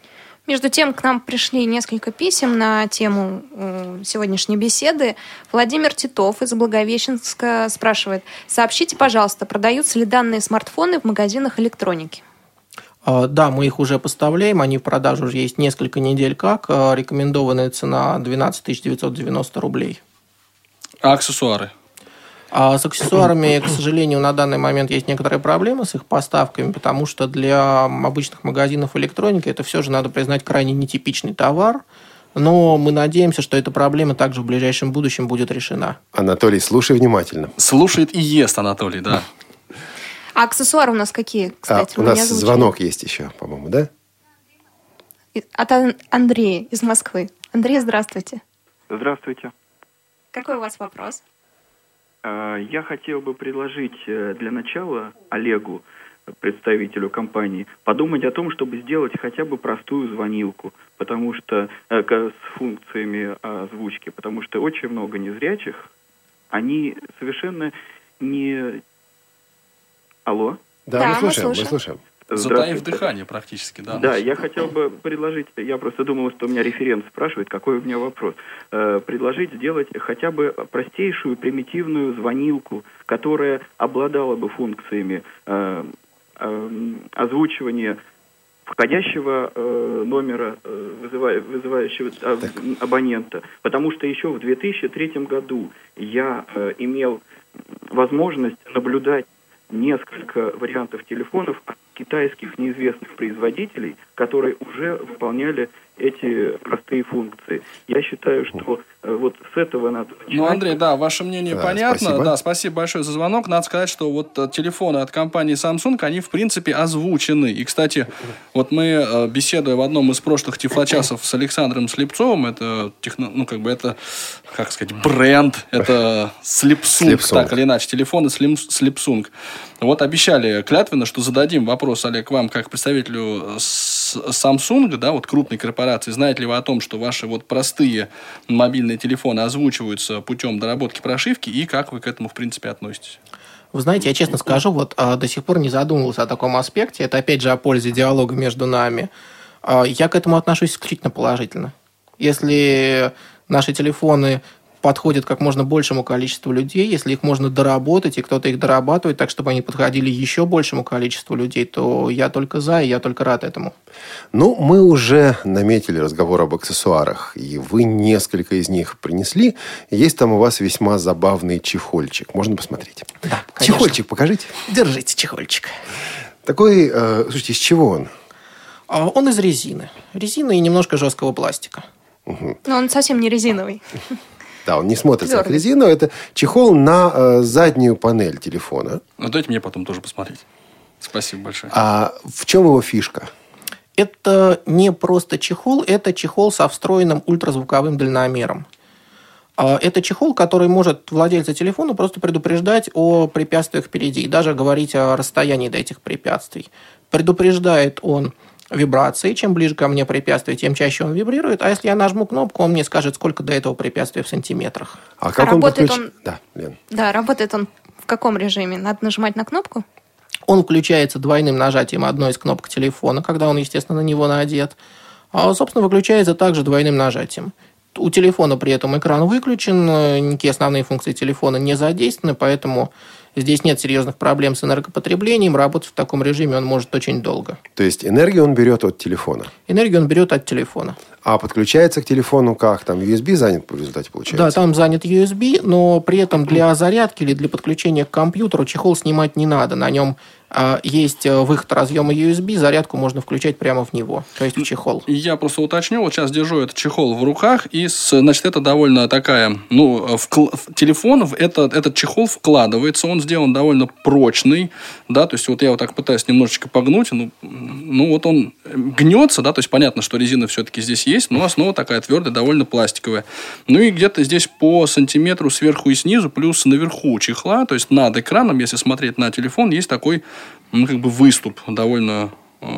Между тем, к нам пришли несколько писем на тему сегодняшней беседы. Владимир Титов из Благовещенска спрашивает: сообщите, пожалуйста, продаются ли данные смартфоны в магазинах электроники? Да, мы их уже поставляем, они в продаже уже есть несколько недель как. Рекомендованная цена 12 990 рублей. А аксессуары? А с аксессуарами, к сожалению, на данный момент есть некоторые проблемы с их поставками, потому что для обычных магазинов электроники это все же, надо признать, крайне нетипичный товар. Но мы надеемся, что эта проблема также в ближайшем будущем будет решена. Анатолий, слушай внимательно. Слушает и ест Анатолий, да. А аксессуары у нас какие, кстати? У нас звонок есть еще, по-моему, да? От Андрея из Москвы. Андрей, здравствуйте. Здравствуйте. Какой у вас вопрос? Я хотел бы предложить для начала Олегу, представителю компании, подумать о том, чтобы сделать хотя бы простую звонилку, потому что с функциями озвучки, потому что очень много незрячих, они совершенно не... Алло? Да, мы слушаем. Затаив дыхание практически, да. Да, я хотел бы предложить, я просто думал, что у меня референт спрашивает, какой у меня вопрос. Предложить сделать хотя бы простейшую примитивную звонилку, которая обладала бы функциями озвучивания входящего номера вызывающего абонента. Потому что еще в 2003 году я имел возможность наблюдать несколько вариантов телефонов от китайских неизвестных производителей, которые уже выполняли эти простые функции. Я считаю, что вот с этого надо начинать. Ну, Андрей, да, ваше мнение понятно. Спасибо. Да, спасибо большое за звонок. Надо сказать, что вот телефоны от компании Samsung, они, в принципе, озвучены. И, кстати, вот мы, беседуя в одном из прошлых тифлочасов с Александром Слепцовым, это, как сказать, бренд, это Слепсунг, так или иначе, телефоны Слепсунг. Вот обещали клятвенно, что зададим вопрос, Олег, вам, как представителю Samsung, да, вот крупной корпорации. Знаете ли вы о том, что ваши вот простые мобильные телефоны озвучиваются путем доработки прошивки, и как вы к этому, в принципе, относитесь? Вы знаете, я честно скажу, вот до сих пор не задумывался о таком аспекте. Это, опять же, о пользе диалога между нами. Я к этому отношусь исключительно положительно. Если наши телефоны подходят как можно большему количеству людей, если их можно доработать, и кто-то их дорабатывает так, чтобы они подходили еще большему количеству людей, то я только за, и я только рад этому. Ну, мы уже наметили разговор об аксессуарах, и вы несколько из них принесли. Есть там у вас весьма забавный чехольчик. Можно посмотреть? Да, конечно. Чехольчик покажите. Держите чехольчик. Такой, слушайте, из чего он? Он из резины. Резины и немножко жесткого пластика. Но он совсем не резиновый. Да, он не смотрится как резина. Это чехол на заднюю панель телефона. Ну, дайте мне потом тоже посмотреть. Спасибо большое. А в чем его фишка? Это не просто чехол, это чехол со встроенным ультразвуковым дальномером. Это чехол, который может владельца телефона просто предупреждать о препятствиях впереди и даже говорить о расстоянии до этих препятствий. Предупреждает он вибрации. Чем ближе ко мне препятствие, тем чаще он вибрирует. А если я нажму кнопку, он мне скажет, сколько до этого препятствия в сантиметрах. А как он подключен? Да, Лен. Да, работает он в каком режиме? Надо нажимать на кнопку? Он включается двойным нажатием одной из кнопок телефона, когда он, естественно, на него надет. А, собственно, выключается также двойным нажатием. У телефона при этом экран выключен, никакие основные функции телефона не задействованы, поэтому здесь нет серьезных проблем с энергопотреблением. Работать в таком режиме он может очень долго. То есть энергию он берет от телефона? Энергию он берет от телефона. А подключается к телефону как? Там USB занят в результате получается? Да, там занят USB, но при этом для зарядки или для подключения к компьютеру чехол снимать не надо. На нем есть выход разъема USB, зарядку можно включать прямо в него, то есть в чехол. Я просто уточню, вот сейчас держу этот чехол в руках, и, значит, это довольно такая, телефон в этот чехол вкладывается, он сделан довольно прочный, да, то есть вот я вот так пытаюсь немножечко погнуть, вот он гнется, да, то есть понятно, что резина все-таки здесь есть, но основа такая твердая, довольно пластиковая. Ну и где-то здесь по сантиметру сверху и снизу, плюс наверху чехла, то есть над экраном, если смотреть на телефон, есть такой выступ довольно,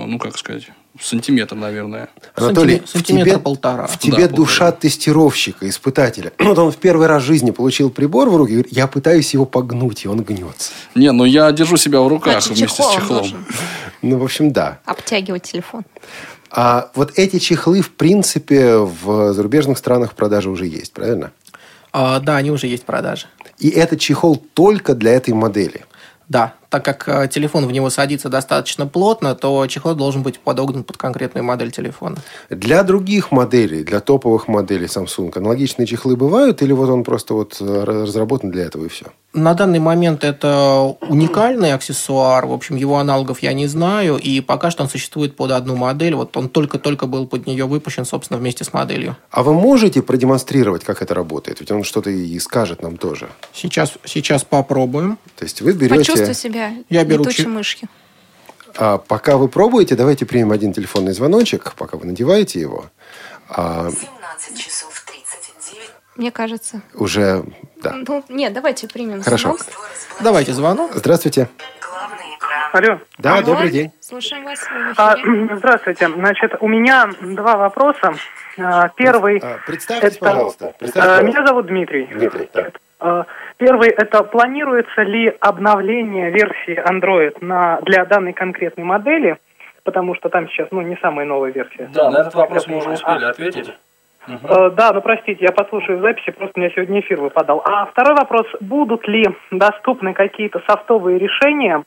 сантиметр, наверное. Анатолий, сантиметра полтора. В тебе душа тестировщика, испытателя. Вот он в первый раз в жизни получил прибор в руки, говорит, я пытаюсь его погнуть, и он гнется. Я держу себя в руках вместе с чехлом. Должен. В общем, да. Обтягивать телефон. А вот эти чехлы, в принципе, в зарубежных странах в продаже уже есть, правильно? Да, они уже есть в продаже. И этот чехол только для этой модели? Да, так как телефон в него садится достаточно плотно, то чехол должен быть подогнан под конкретную модель телефона. Для других моделей, для топовых моделей Samsung, аналогичные чехлы бывают? Или вот он просто вот разработан для этого и все? На данный момент это уникальный аксессуар. В общем, его аналогов я не знаю. И пока что он существует под одну модель. Вот он только-только был под нее выпущен, собственно, вместе с моделью. А вы можете продемонстрировать, как это работает? Ведь он что-то и скажет нам тоже. Сейчас попробуем. То есть вы берете... Почувствуй себя летучей мышью. А пока вы пробуете, давайте примем один телефонный звоночек, пока вы надеваете его. 17 часов 39. Мне кажется. Уже, да. Ну, нет, давайте примем Хорошо. звонок. Давайте звонок. Здравствуйте. Алло. Да, Алло. добрый день. Слушаем вас. Вы в эфире. Здравствуйте. Значит, у меня два вопроса. Первый... Представьтесь, пожалуйста. Меня зовут Дмитрий. Дмитрий, да. Первый, это планируется ли обновление версии Android для данной конкретной модели, потому что там сейчас, не самая новая версия. Да, на этот вопрос мы уже успели ответить. Да, простите, я послушаю в записи, просто у меня сегодня эфир выпадал. А второй вопрос, будут ли доступны какие-то софтовые решения,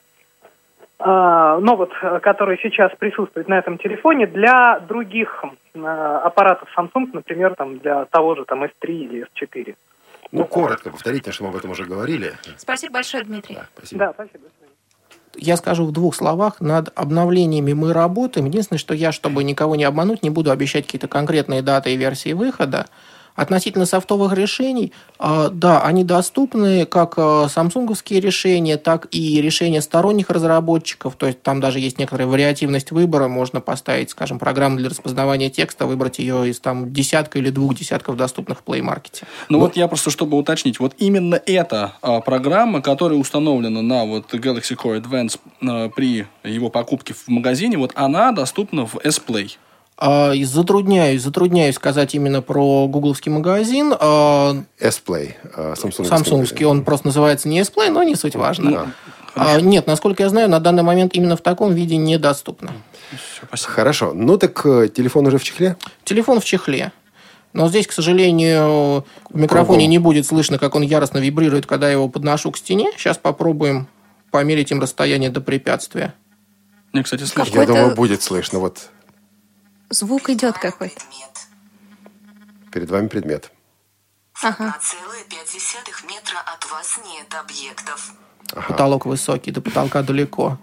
которые сейчас присутствуют на этом телефоне, для других аппаратов Samsung, например, для того же S3 или S4? Коротко повторите, что мы об этом уже говорили. Спасибо большое, Дмитрий. Да, спасибо. Да, спасибо. Я скажу в двух словах. Над обновлениями мы работаем. Единственное, что я, чтобы никого не обмануть, не буду обещать какие-то конкретные даты и версии выхода. Относительно софтовых решений, да, они доступны, как самсунговские решения, так и решения сторонних разработчиков. То есть там даже есть некоторая вариативность выбора. Можно поставить, скажем, программу для распознавания текста, выбрать ее из десятка или 2 десятков доступных в Play Market. Вот я просто, чтобы уточнить, вот именно эта программа, которая установлена на Galaxy Core Advance при его покупке в магазине, вот она доступна в S-Play. Затрудняюсь сказать именно про гугловский магазин. S-Play, самсунговский, он просто называется не S-Play, но не суть важно. Нет, насколько я знаю, на данный момент именно в таком виде недоступно. Хорошо. Так телефон уже в чехле? Телефон в чехле. Но здесь, к сожалению, в микрофоне не будет слышно, как он яростно вибрирует, когда я его подношу к стене. Сейчас попробуем померить им расстояние до препятствия. Мне, кстати, слышно. Я думаю, будет слышно. Звук идет какой-то. Перед вами предмет. Ага. 1,5 метра от вас нет объектов. Потолок высокий, до потолка далеко.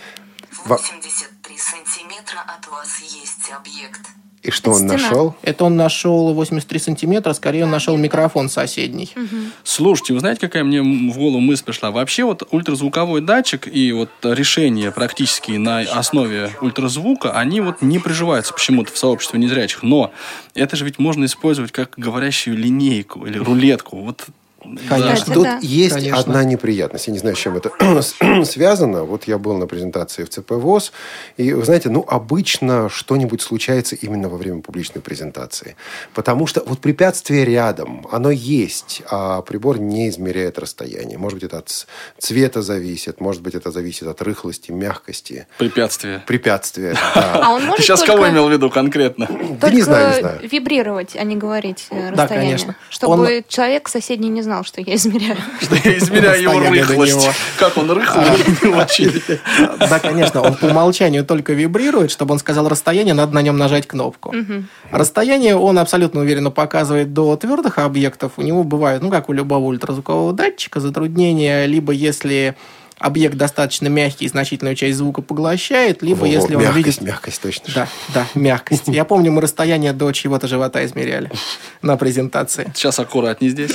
83 сантиметра от вас есть объект. И что он нашел? Это он нашел 83 сантиметра, скорее он нашел микрофон соседний. Слушайте, вы знаете, какая мне в голову мысль пришла? Вообще ультразвуковой датчик и решения практически на основе ультразвука, они не приживаются почему-то в сообществе незрячих. Но это же ведь можно использовать как говорящую линейку или рулетку. Конечно. Тут есть одна неприятность. Я не знаю, с чем это связано. Я был на презентации в ЦП ВОЗ. И, вы знаете, обычно что-нибудь случается именно во время публичной презентации. Потому что препятствие рядом, оно есть, а прибор не измеряет расстояние. Может быть, это от цвета зависит, может быть, это зависит от рыхлости, мягкости. Препятствие, да. А он может сейчас кого имел в виду конкретно? Да не знаю. Вибрировать, а не говорить расстояние. Да, конечно. Чтобы человек соседний не знал, что я измеряю. Что я измеряю его рыхлость. Как он рыхлый, не очень. Да, конечно, он по умолчанию только вибрирует. Чтобы он сказал расстояние, надо на нем нажать кнопку. Расстояние он абсолютно уверенно показывает до твердых объектов. У него бывает, как у любого ультразвукового датчика, затруднения, либо если объект достаточно мягкий и значительную часть звука поглощает, либо если он видит... Мягкость, точно. Да, мягкость. Я помню, мы расстояние до чьего-то живота измеряли на презентации. Сейчас аккуратней здесь.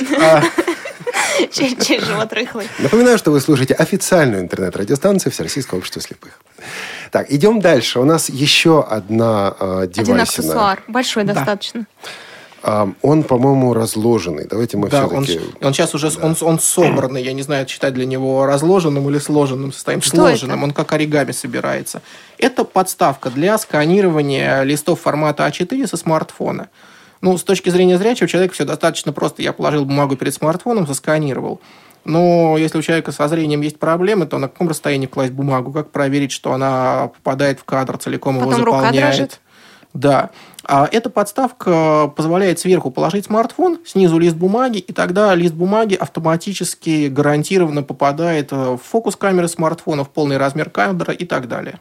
Чей живот рыхлый. Напоминаю, что вы слушаете официальную интернет-радиостанцию Всероссийского общества слепых. Так, идем дальше. У нас еще одна девайсина. Один аксессуар. Большой достаточно. Он, по-моему, разложенный. Давайте мы все-таки... Он сейчас уже он собранный. Я не знаю, считать для него разложенным или сложенным состоянием. Сложенным. Он как оригами собирается. Это подставка для сканирования листов формата А4 со смартфона. С точки зрения зрячего человека все достаточно просто. Я положил бумагу перед смартфоном, засканировал. Но если у человека со зрением есть проблемы, то на каком расстоянии класть бумагу? Как проверить, что она попадает в кадр, целиком потом его заполняет? Рука дрожит. Да. А эта подставка позволяет сверху положить смартфон, снизу лист бумаги, и тогда лист бумаги автоматически гарантированно попадает в фокус камеры смартфона, в полный размер камеры и так далее.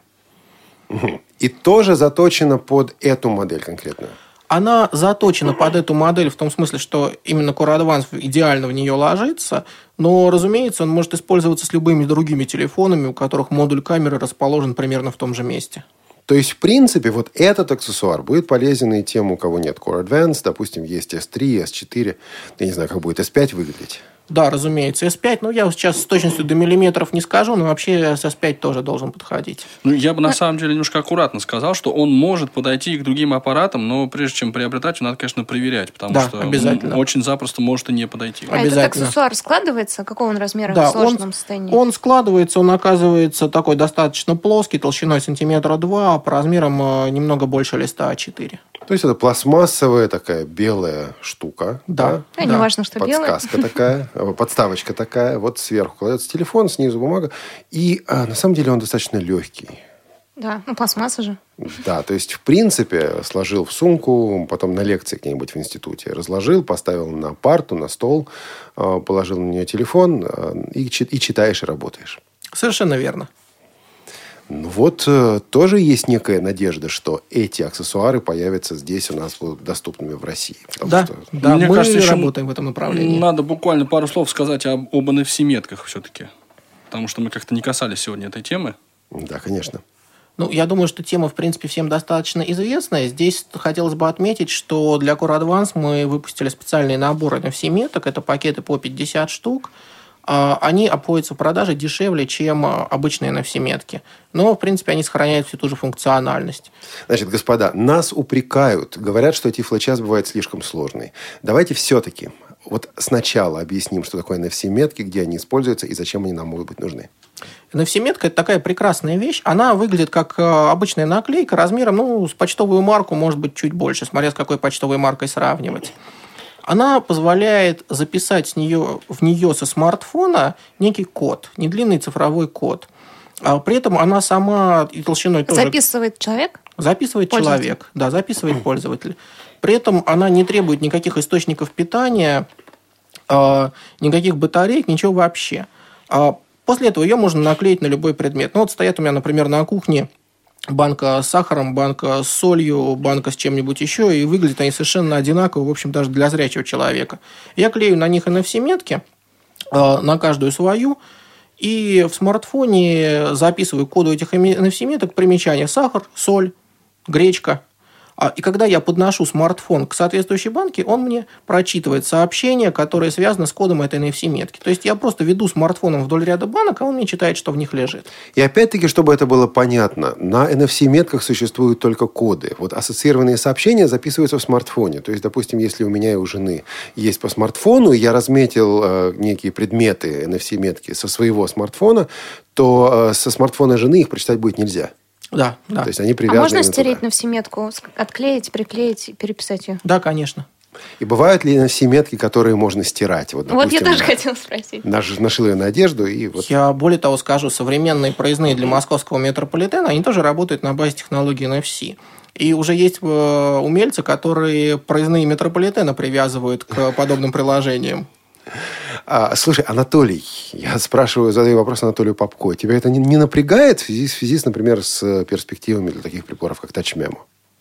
И тоже заточена под эту модель конкретно? Она заточена под эту модель в том смысле, что именно Core Advance идеально в нее ложится, но, разумеется, он может использоваться с любыми другими телефонами, у которых модуль камеры расположен примерно в том же месте. То есть, в принципе, вот этот аксессуар будет полезен и тем, у кого нет Core Advance. Допустим, есть S3, S4. Я не знаю, как будет S5 выглядеть. Да, разумеется, S5. Ну, я сейчас с точностью до миллиметров не скажу, но вообще с S5 тоже должен подходить. Ну, я бы на самом деле немножко аккуратно сказал, что он может подойти и к другим аппаратам, но прежде чем приобретать, надо, конечно, проверять, потому что он очень запросто может и не подойти. А этот аксессуар складывается? Какого он размера в сложенном состоянии? Он складывается, он оказывается такой достаточно плоский, толщиной 2 сантиметра, а по размерам немного больше листа А4. То есть, это пластмассовая такая белая штука. Да. Не важно, что белая. Подсказка такая, подставочка такая. Вот сверху кладется телефон, снизу бумага. И на самом деле он достаточно легкий. Да, пластмасса же. Да, то есть, в принципе, сложил в сумку, потом на лекции где-нибудь в институте разложил, поставил на парту, на стол, положил на нее телефон и читаешь, и работаешь. Совершенно верно. Ну вот, тоже есть некая надежда, что эти аксессуары появятся здесь у нас, будут доступными в России. Да, мне мы кажется, работаем в этом направлении. Надо буквально пару слов сказать об NFC-метках все-таки. Потому что мы как-то не касались сегодня этой темы. Да, конечно. Ну, я думаю, что тема, в принципе, всем достаточно известная. Здесь хотелось бы отметить, что для Core Advance мы выпустили специальный набор NFC-меток. Это пакеты по 50 штук. Они обходятся в продаже дешевле, чем обычные NFC-метки. Но, в принципе, они сохраняют всю ту же функциональность. Значит, господа, нас упрекают. Говорят, что Тифлочас бывает слишком сложный. Давайте все-таки вот сначала объясним, что такое NFC-метки, где они используются и зачем они нам могут быть нужны. NFC-метка – это такая прекрасная вещь. Она выглядит как обычная наклейка размером, с почтовую марку, может быть, чуть больше, смотря с какой почтовой маркой сравнивать. Она позволяет записать в нее со смартфона некий код, недлинный цифровой код. При этом она сама и толщиной тоже... Записывает человек? Записывает человек, да, записывает пользователь. При этом она не требует никаких источников питания, никаких батареек, ничего вообще. После этого ее можно наклеить на любой предмет. Вот стоят у меня, например, на кухне банка с сахаром, банка с солью, банка с чем-нибудь еще, и выглядят они совершенно одинаково, в общем, даже для зрячего человека. Я клею на них NFC-метки, на каждую свою, и в смартфоне записываю коду этих NFC-меток, примечания: сахар, соль, гречка. И когда я подношу смартфон к соответствующей банке, он мне прочитывает сообщение, которое связано с кодом этой NFC-метки. То есть, я просто веду смартфоном вдоль ряда банок, а он мне читает, что в них лежит. И опять-таки, чтобы это было понятно, на NFC-метках существуют только коды. Вот ассоциированные сообщения записываются в смартфоне. То есть, допустим, если у меня и у жены есть по смартфону, я разметил некие предметы NFC-метки со своего смартфона, то со смартфона жены их прочитать будет нельзя. Да, да. То есть, они привязаны можно стереть туда. NFC-метку, отклеить, приклеить и переписать ее? Да, конечно. И бывают ли NFC-метки, которые можно стирать? Вот, допустим, я тоже хотела спросить. Нашил ее на одежду и вот... Я более того скажу, современные проездные для московского метрополитена, они тоже работают на базе технологии NFC. И уже есть умельцы, которые проездные метрополитена привязывают к подобным приложениям. Слушай, Анатолий, я задаю вопрос Анатолию Попко. Тебя это не напрягает в связи с, например, с перспективами для таких приборов, как TouchMemo?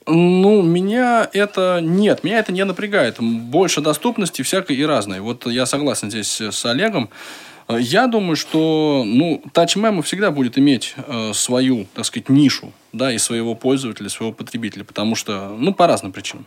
Меня это не напрягает. Больше доступности всякой и разной. Вот я согласен здесь с Олегом. Я думаю, что TouchMemo всегда будет иметь свою, так сказать, нишу, да, и своего пользователя, своего потребителя, потому что, по разным причинам.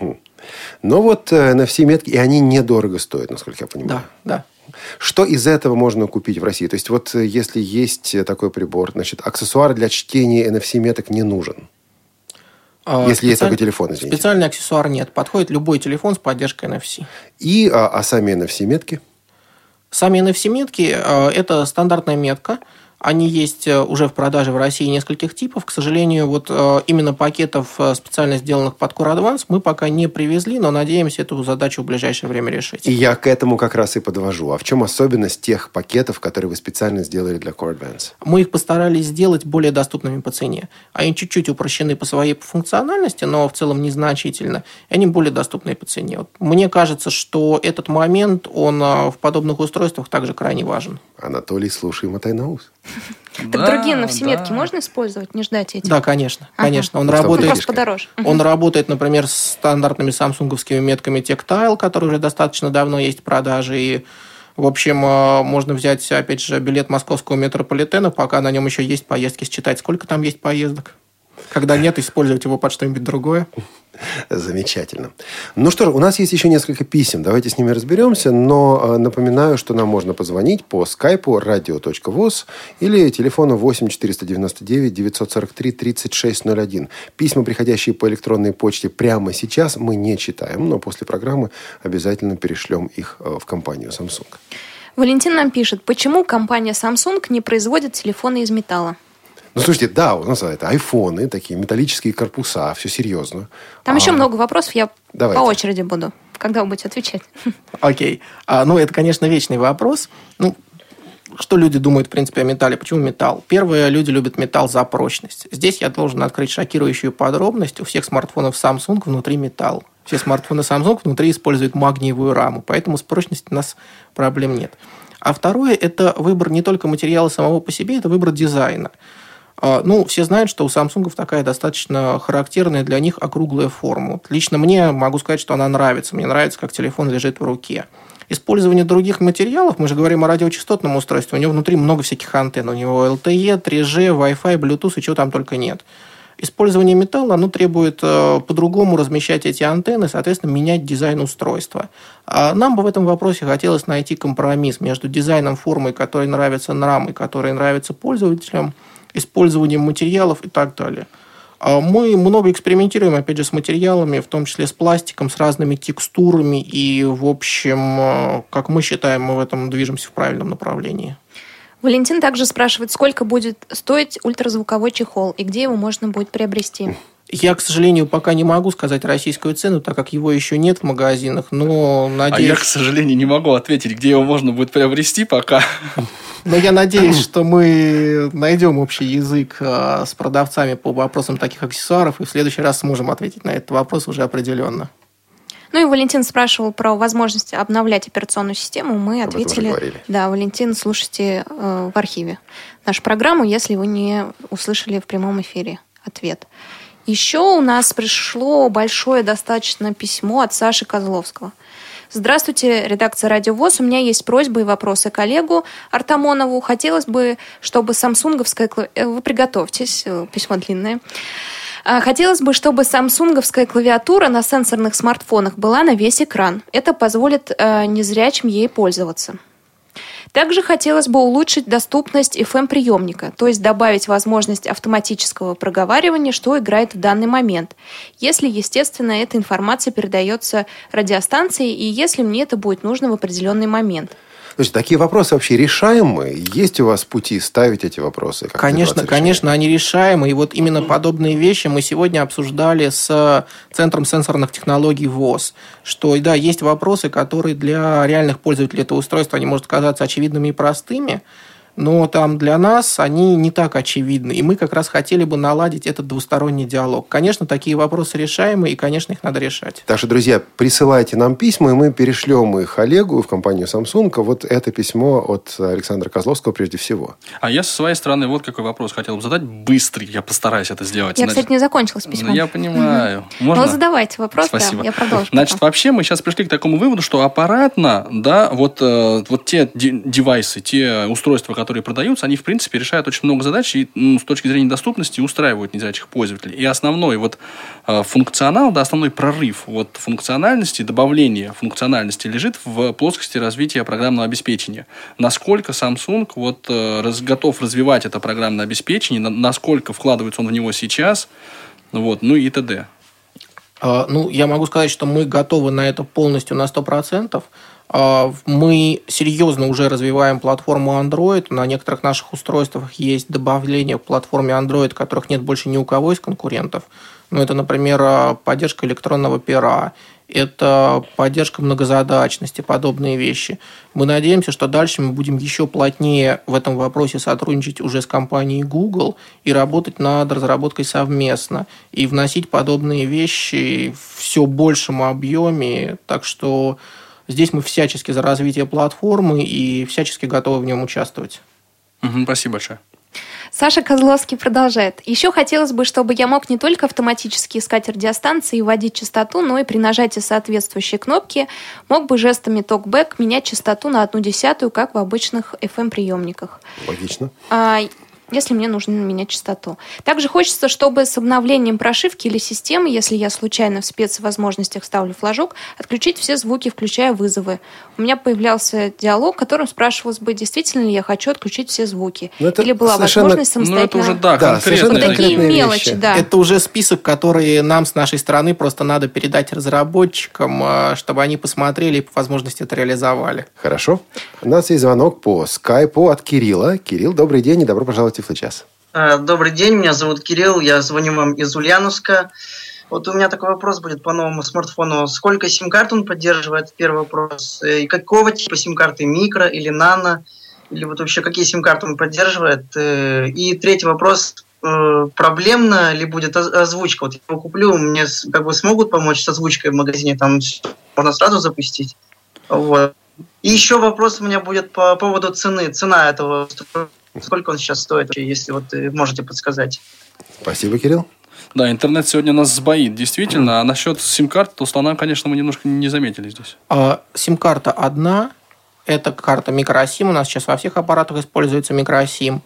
Но вот NFC-метки, и они недорого стоят, насколько я понимаю. Да. Что из этого можно купить в России? То есть, вот если есть такой прибор, значит, аксессуар для чтения NFC-меток не нужен. Если есть такой телефон, извините. Специальный аксессуар нет. Подходит любой телефон с поддержкой NFC. И сами NFC-метки? Сами NFC-метки – это стандартная метка. Они есть уже в продаже в России нескольких типов. К сожалению, вот именно пакетов, специально сделанных под Core Advance, мы пока не привезли, но надеемся эту задачу в ближайшее время решить. И я к этому как раз и подвожу. А в чем особенность тех пакетов, которые вы специально сделали для Core Advance? Мы их постарались сделать более доступными по цене. Они чуть-чуть упрощены по своей функциональности, но в целом незначительно. И они более доступны по цене. Вот мне кажется, что этот момент, он в подобных устройствах также крайне важен. Анатолий, слушай, мотай на ус. Так другие навсеметки можно использовать, не ждать этих? Да, конечно. Конечно. Он просто подороже. Он работает, например, с стандартными самсунговскими метками Tactile, которые уже достаточно давно есть в продаже. И, в общем, можно взять, опять же, билет московского метрополитена, пока на нем еще есть поездки, считать, сколько там есть поездок. Когда нет, использовать его под что-нибудь другое. Замечательно. Ну что ж, у нас есть еще несколько писем. Давайте с ними разберемся. Но напоминаю, что нам можно позвонить по скайпу radio.voz или телефону 8 499 943 3601. Письма, приходящие по электронной почте прямо сейчас, мы не читаем, но после программы обязательно перешлем их в компанию Samsung. Валентин нам пишет, почему компания Samsung не производит телефоны из металла? Ну, слушайте, да, у нас это айфоны, такие металлические корпуса, все серьезно. Там еще много вопросов, я Давайте. по очереди буду, когда вы будете отвечать. Окей. Ну, это, конечно, вечный вопрос. Ну, что люди думают, в принципе, о металле? Почему металл? Первое, люди любят металл за прочность. Здесь я должен открыть шокирующую подробность. У всех смартфонов Samsung внутри металл. Все смартфоны Samsung внутри используют магниевую раму, поэтому с прочностью у нас проблем нет. А второе, это выбор не только материала самого по себе, это выбор дизайна. Ну, все знают, что у Samsung такая достаточно характерная для них округлая форма. Вот лично мне могу сказать, что она нравится. Мне нравится, как телефон лежит в руке. Использование других материалов, мы же говорим о радиочастотном устройстве, у него внутри много всяких антенн. У него LTE, 3G, Wi-Fi, Bluetooth и чего там только нет. Использование металла, оно требует по-другому размещать эти антенны, соответственно, менять дизайн устройства. А нам бы в этом вопросе хотелось найти компромисс между дизайном формы, которая нравится нам и которая нравится пользователям, использованием материалов и так далее. Мы много экспериментируем, опять же, с материалами, в том числе с пластиком, с разными текстурами. И, в общем, как мы считаем, мы в этом движемся в правильном направлении. Валентин также спрашивает, сколько будет стоить ультразвуковой чехол и где его можно будет приобрести? Я, к сожалению, пока не могу сказать российскую цену, так как его еще нет в магазинах, но надеюсь... А я, к сожалению, не могу ответить, где его можно будет приобрести пока. Но я надеюсь, что мы найдем общий язык с продавцами по вопросам таких аксессуаров, и в следующий раз сможем ответить на этот вопрос уже определенно. Ну и Валентин спрашивал про возможность обновлять операционную систему. Мы ответили. Да, Валентин, слушайте в архиве нашу программу, если вы не услышали в прямом эфире ответ. Еще у нас пришло большое достаточно письмо от Саши Козловского. Здравствуйте, редакция Радио ВОС. У меня есть просьбы и вопросы к Олегу Артамонову. Хотелось бы, чтобы самсунговская... Вы приготовьтесь, письмо длинное. Хотелось бы, чтобы самсунговская клавиатура на сенсорных смартфонах была на весь экран. Это позволит незрячим ей пользоваться. Также хотелось бы улучшить доступность FM-приемника, то есть добавить возможность автоматического проговаривания, что играет в данный момент, если, естественно, эта информация передается радиостанции и если мне это будет нужно в определенный момент. То есть такие вопросы вообще решаемы? Есть у вас пути ставить эти вопросы? Конечно, они решаемы. И вот именно подобные вещи мы сегодня обсуждали с Центром сенсорных технологий ВОС. Что, да, есть вопросы, которые для реальных пользователей этого устройства они могут казаться очевидными и простыми, но там для нас они не так очевидны. И мы как раз хотели бы наладить этот двусторонний диалог. Конечно, такие вопросы решаемы, и, конечно, их надо решать. Так что, друзья, присылайте нам письма, и мы перешлем их Олегу в компанию Samsung. Вот это письмо от Александра Козловского прежде всего. А я со своей стороны вот какой вопрос хотел бы задать. Быстрый, я постараюсь это сделать. Кстати, не закончилось письмо. Ну, я понимаю. Можно? Ну, задавайте вопрос, Спасибо. Да, я продолжу. Значит, вообще мы сейчас пришли к такому выводу, что аппаратно, да, вот те девайсы, те устройства, которые продаются, они, в принципе, решают очень много задач и с точки зрения доступности устраивают незрячих пользователей. И основной вот функционал, да, основной прорыв вот функциональности, добавление функциональности лежит в плоскости развития программного обеспечения. Насколько Samsung вот готов развивать это программное обеспечение, насколько вкладывается он в него сейчас, вот, ну и т.д. Я могу сказать, что мы готовы на это полностью на 100%. Мы серьезно уже развиваем платформу Android. На некоторых наших устройствах есть добавления к платформе Android, которых нет больше ни у кого из конкурентов. Это, например, поддержка электронного пера, это поддержка многозадачности, подобные вещи. Мы надеемся, что дальше мы будем еще плотнее в этом вопросе сотрудничать уже с компанией Google и работать над разработкой совместно, и вносить подобные вещи в все большем объеме. Так что здесь мы всячески за развитие платформы и всячески готовы в нем участвовать. Спасибо большое. Саша Козловский продолжает. Еще хотелось бы, чтобы я мог не только автоматически искать радиостанции и вводить частоту, но и при нажатии соответствующей кнопки мог бы жестами TalkBack менять частоту на 1/10, как в обычных FM-приемниках. Логично. Если мне нужно менять частоту. Также хочется, чтобы с обновлением прошивки или системы, если я случайно в спецвозможностях ставлю флажок, отключить все звуки, включая вызовы. У меня появлялся диалог, в котором спрашивалось бы, действительно ли я хочу отключить все звуки. Или была возможность самостоятельно... это уже, конкретные такие мелочи, да. Это уже список, который нам с нашей стороны просто надо передать разработчикам, чтобы они посмотрели и по возможности это реализовали. Хорошо. У нас есть звонок по скайпу от Кирилла. Кирилл, добрый день и добро пожаловать в час. Добрый день, меня зовут Кирилл, я звоню вам из Ульяновска. Вот у меня такой вопрос будет по новому смартфону. Сколько сим-карт он поддерживает? Первый вопрос. И какого типа сим-карты? Микро или нано? Или вот вообще какие сим-карты он поддерживает? И третий вопрос. Проблемно ли будет озвучка? Вот я его куплю, мне смогут помочь с озвучкой в магазине? Там можно сразу запустить? Вот. И еще вопрос у меня будет по поводу цены. Цена этого устройства. Сколько он сейчас стоит, если вот можете подсказать? Спасибо, Кирилл. Да, интернет сегодня нас сбоит, действительно. А насчет сим-карт, то слона, конечно, мы немножко не заметили здесь. Сим-карта одна. Это карта микросим. У нас сейчас во всех аппаратах используется микросим.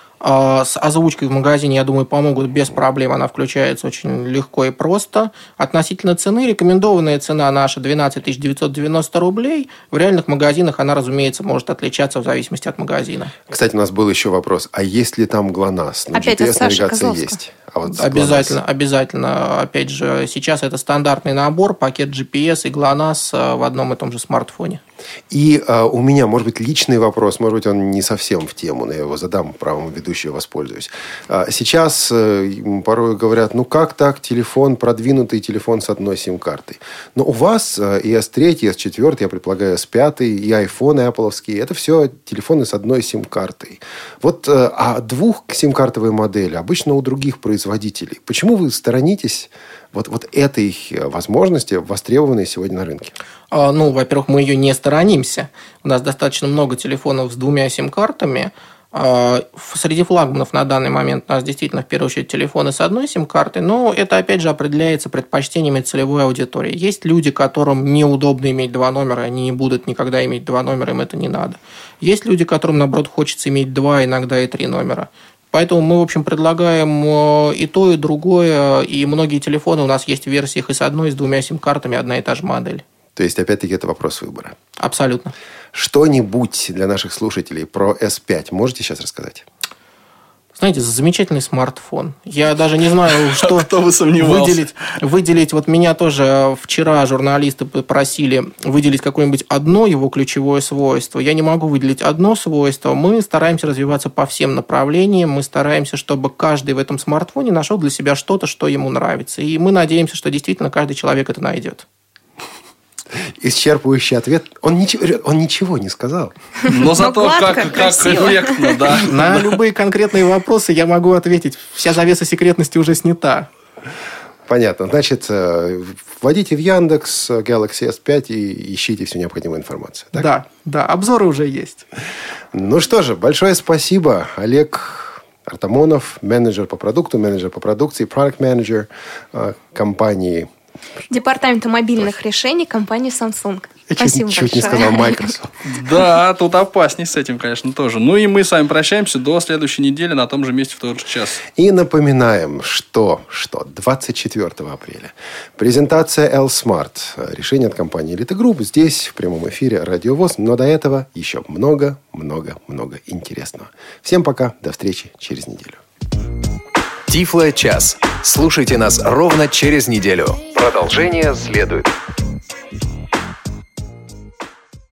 С озвучкой в магазине, я думаю, помогут без проблем. Она включается очень легко и просто. Относительно цены, рекомендованная цена наша 12 990 рублей. В реальных магазинах она, разумеется, может отличаться в зависимости от магазина. Кстати, у нас был еще вопрос. А есть ли там ГЛОНАСС? Опять от Саши Козловского. Есть. Обязательно. Опять же, сейчас это стандартный набор, пакет GPS и ГЛОНАСС в одном и том же смартфоне. И у меня, может быть, личный вопрос, может быть, он не совсем в тему, но я его задам, правом ведущего воспользуюсь. Сейчас порой говорят, как так, телефон, продвинутый телефон с одной сим-картой. Но у вас и S3, и S4, я предполагаю, S5, и iPhone Apple'овские, это все телефоны с одной сим-картой. А двух-сим-картовые модели обычно у других производителей. Почему вы сторонитесь вот этой возможности, востребованной сегодня на рынке? Во-первых, мы ее не сторонимся. У нас достаточно много телефонов с двумя сим-картами. Среди флагманов на данный момент у нас действительно в первую очередь телефоны с одной сим-картой, но это опять же определяется предпочтениями целевой аудитории. Есть люди, которым неудобно иметь два номера, они не будут никогда иметь два номера, им это не надо. Есть люди, которым, наоборот, хочется иметь два, иногда и три номера. Поэтому мы, в общем, предлагаем и то, и другое, и многие телефоны у нас есть в версиях и с одной, и с двумя сим-картами, одна и та же модель. То есть, опять-таки, это вопрос выбора. Абсолютно. Что-нибудь для наших слушателей про S5 можете сейчас рассказать? Знаете, замечательный смартфон. Я даже не знаю, что кто бы сомневался. Выделить. Вот меня тоже вчера журналисты попросили выделить какое-нибудь одно его ключевое свойство. Я не могу выделить одно свойство. Мы стараемся развиваться по всем направлениям. Мы стараемся, чтобы каждый в этом смартфоне нашел для себя что-то, что ему нравится. И мы надеемся, что действительно каждый человек это найдет. Исчерпывающий ответ. Он ничего не сказал. Но зато как корректно, да. На любые конкретные вопросы я могу ответить. Вся завеса секретности уже снята. Понятно. Значит, вводите в Яндекс Galaxy S5 и ищите всю необходимую информацию. Так? Да. Обзоры уже есть. Ну что же, большое спасибо. Олег Артамонов, менеджер по продукту, менеджер по продукции, продакт менеджер компании Департамента мобильных решений компании Samsung. Спасибо чуть не сказал Microsoft. Да, тут опасней с этим, конечно, тоже. И мы с вами прощаемся до следующей недели на том же месте в тот же час. И напоминаем, что 24 апреля презентация L-Smart, решение от компании Elite Group, здесь в прямом эфире Радио ВОС, но до этого еще много интересного. Всем пока, до встречи через неделю. Тифло час. Слушайте нас ровно через неделю. Продолжение следует.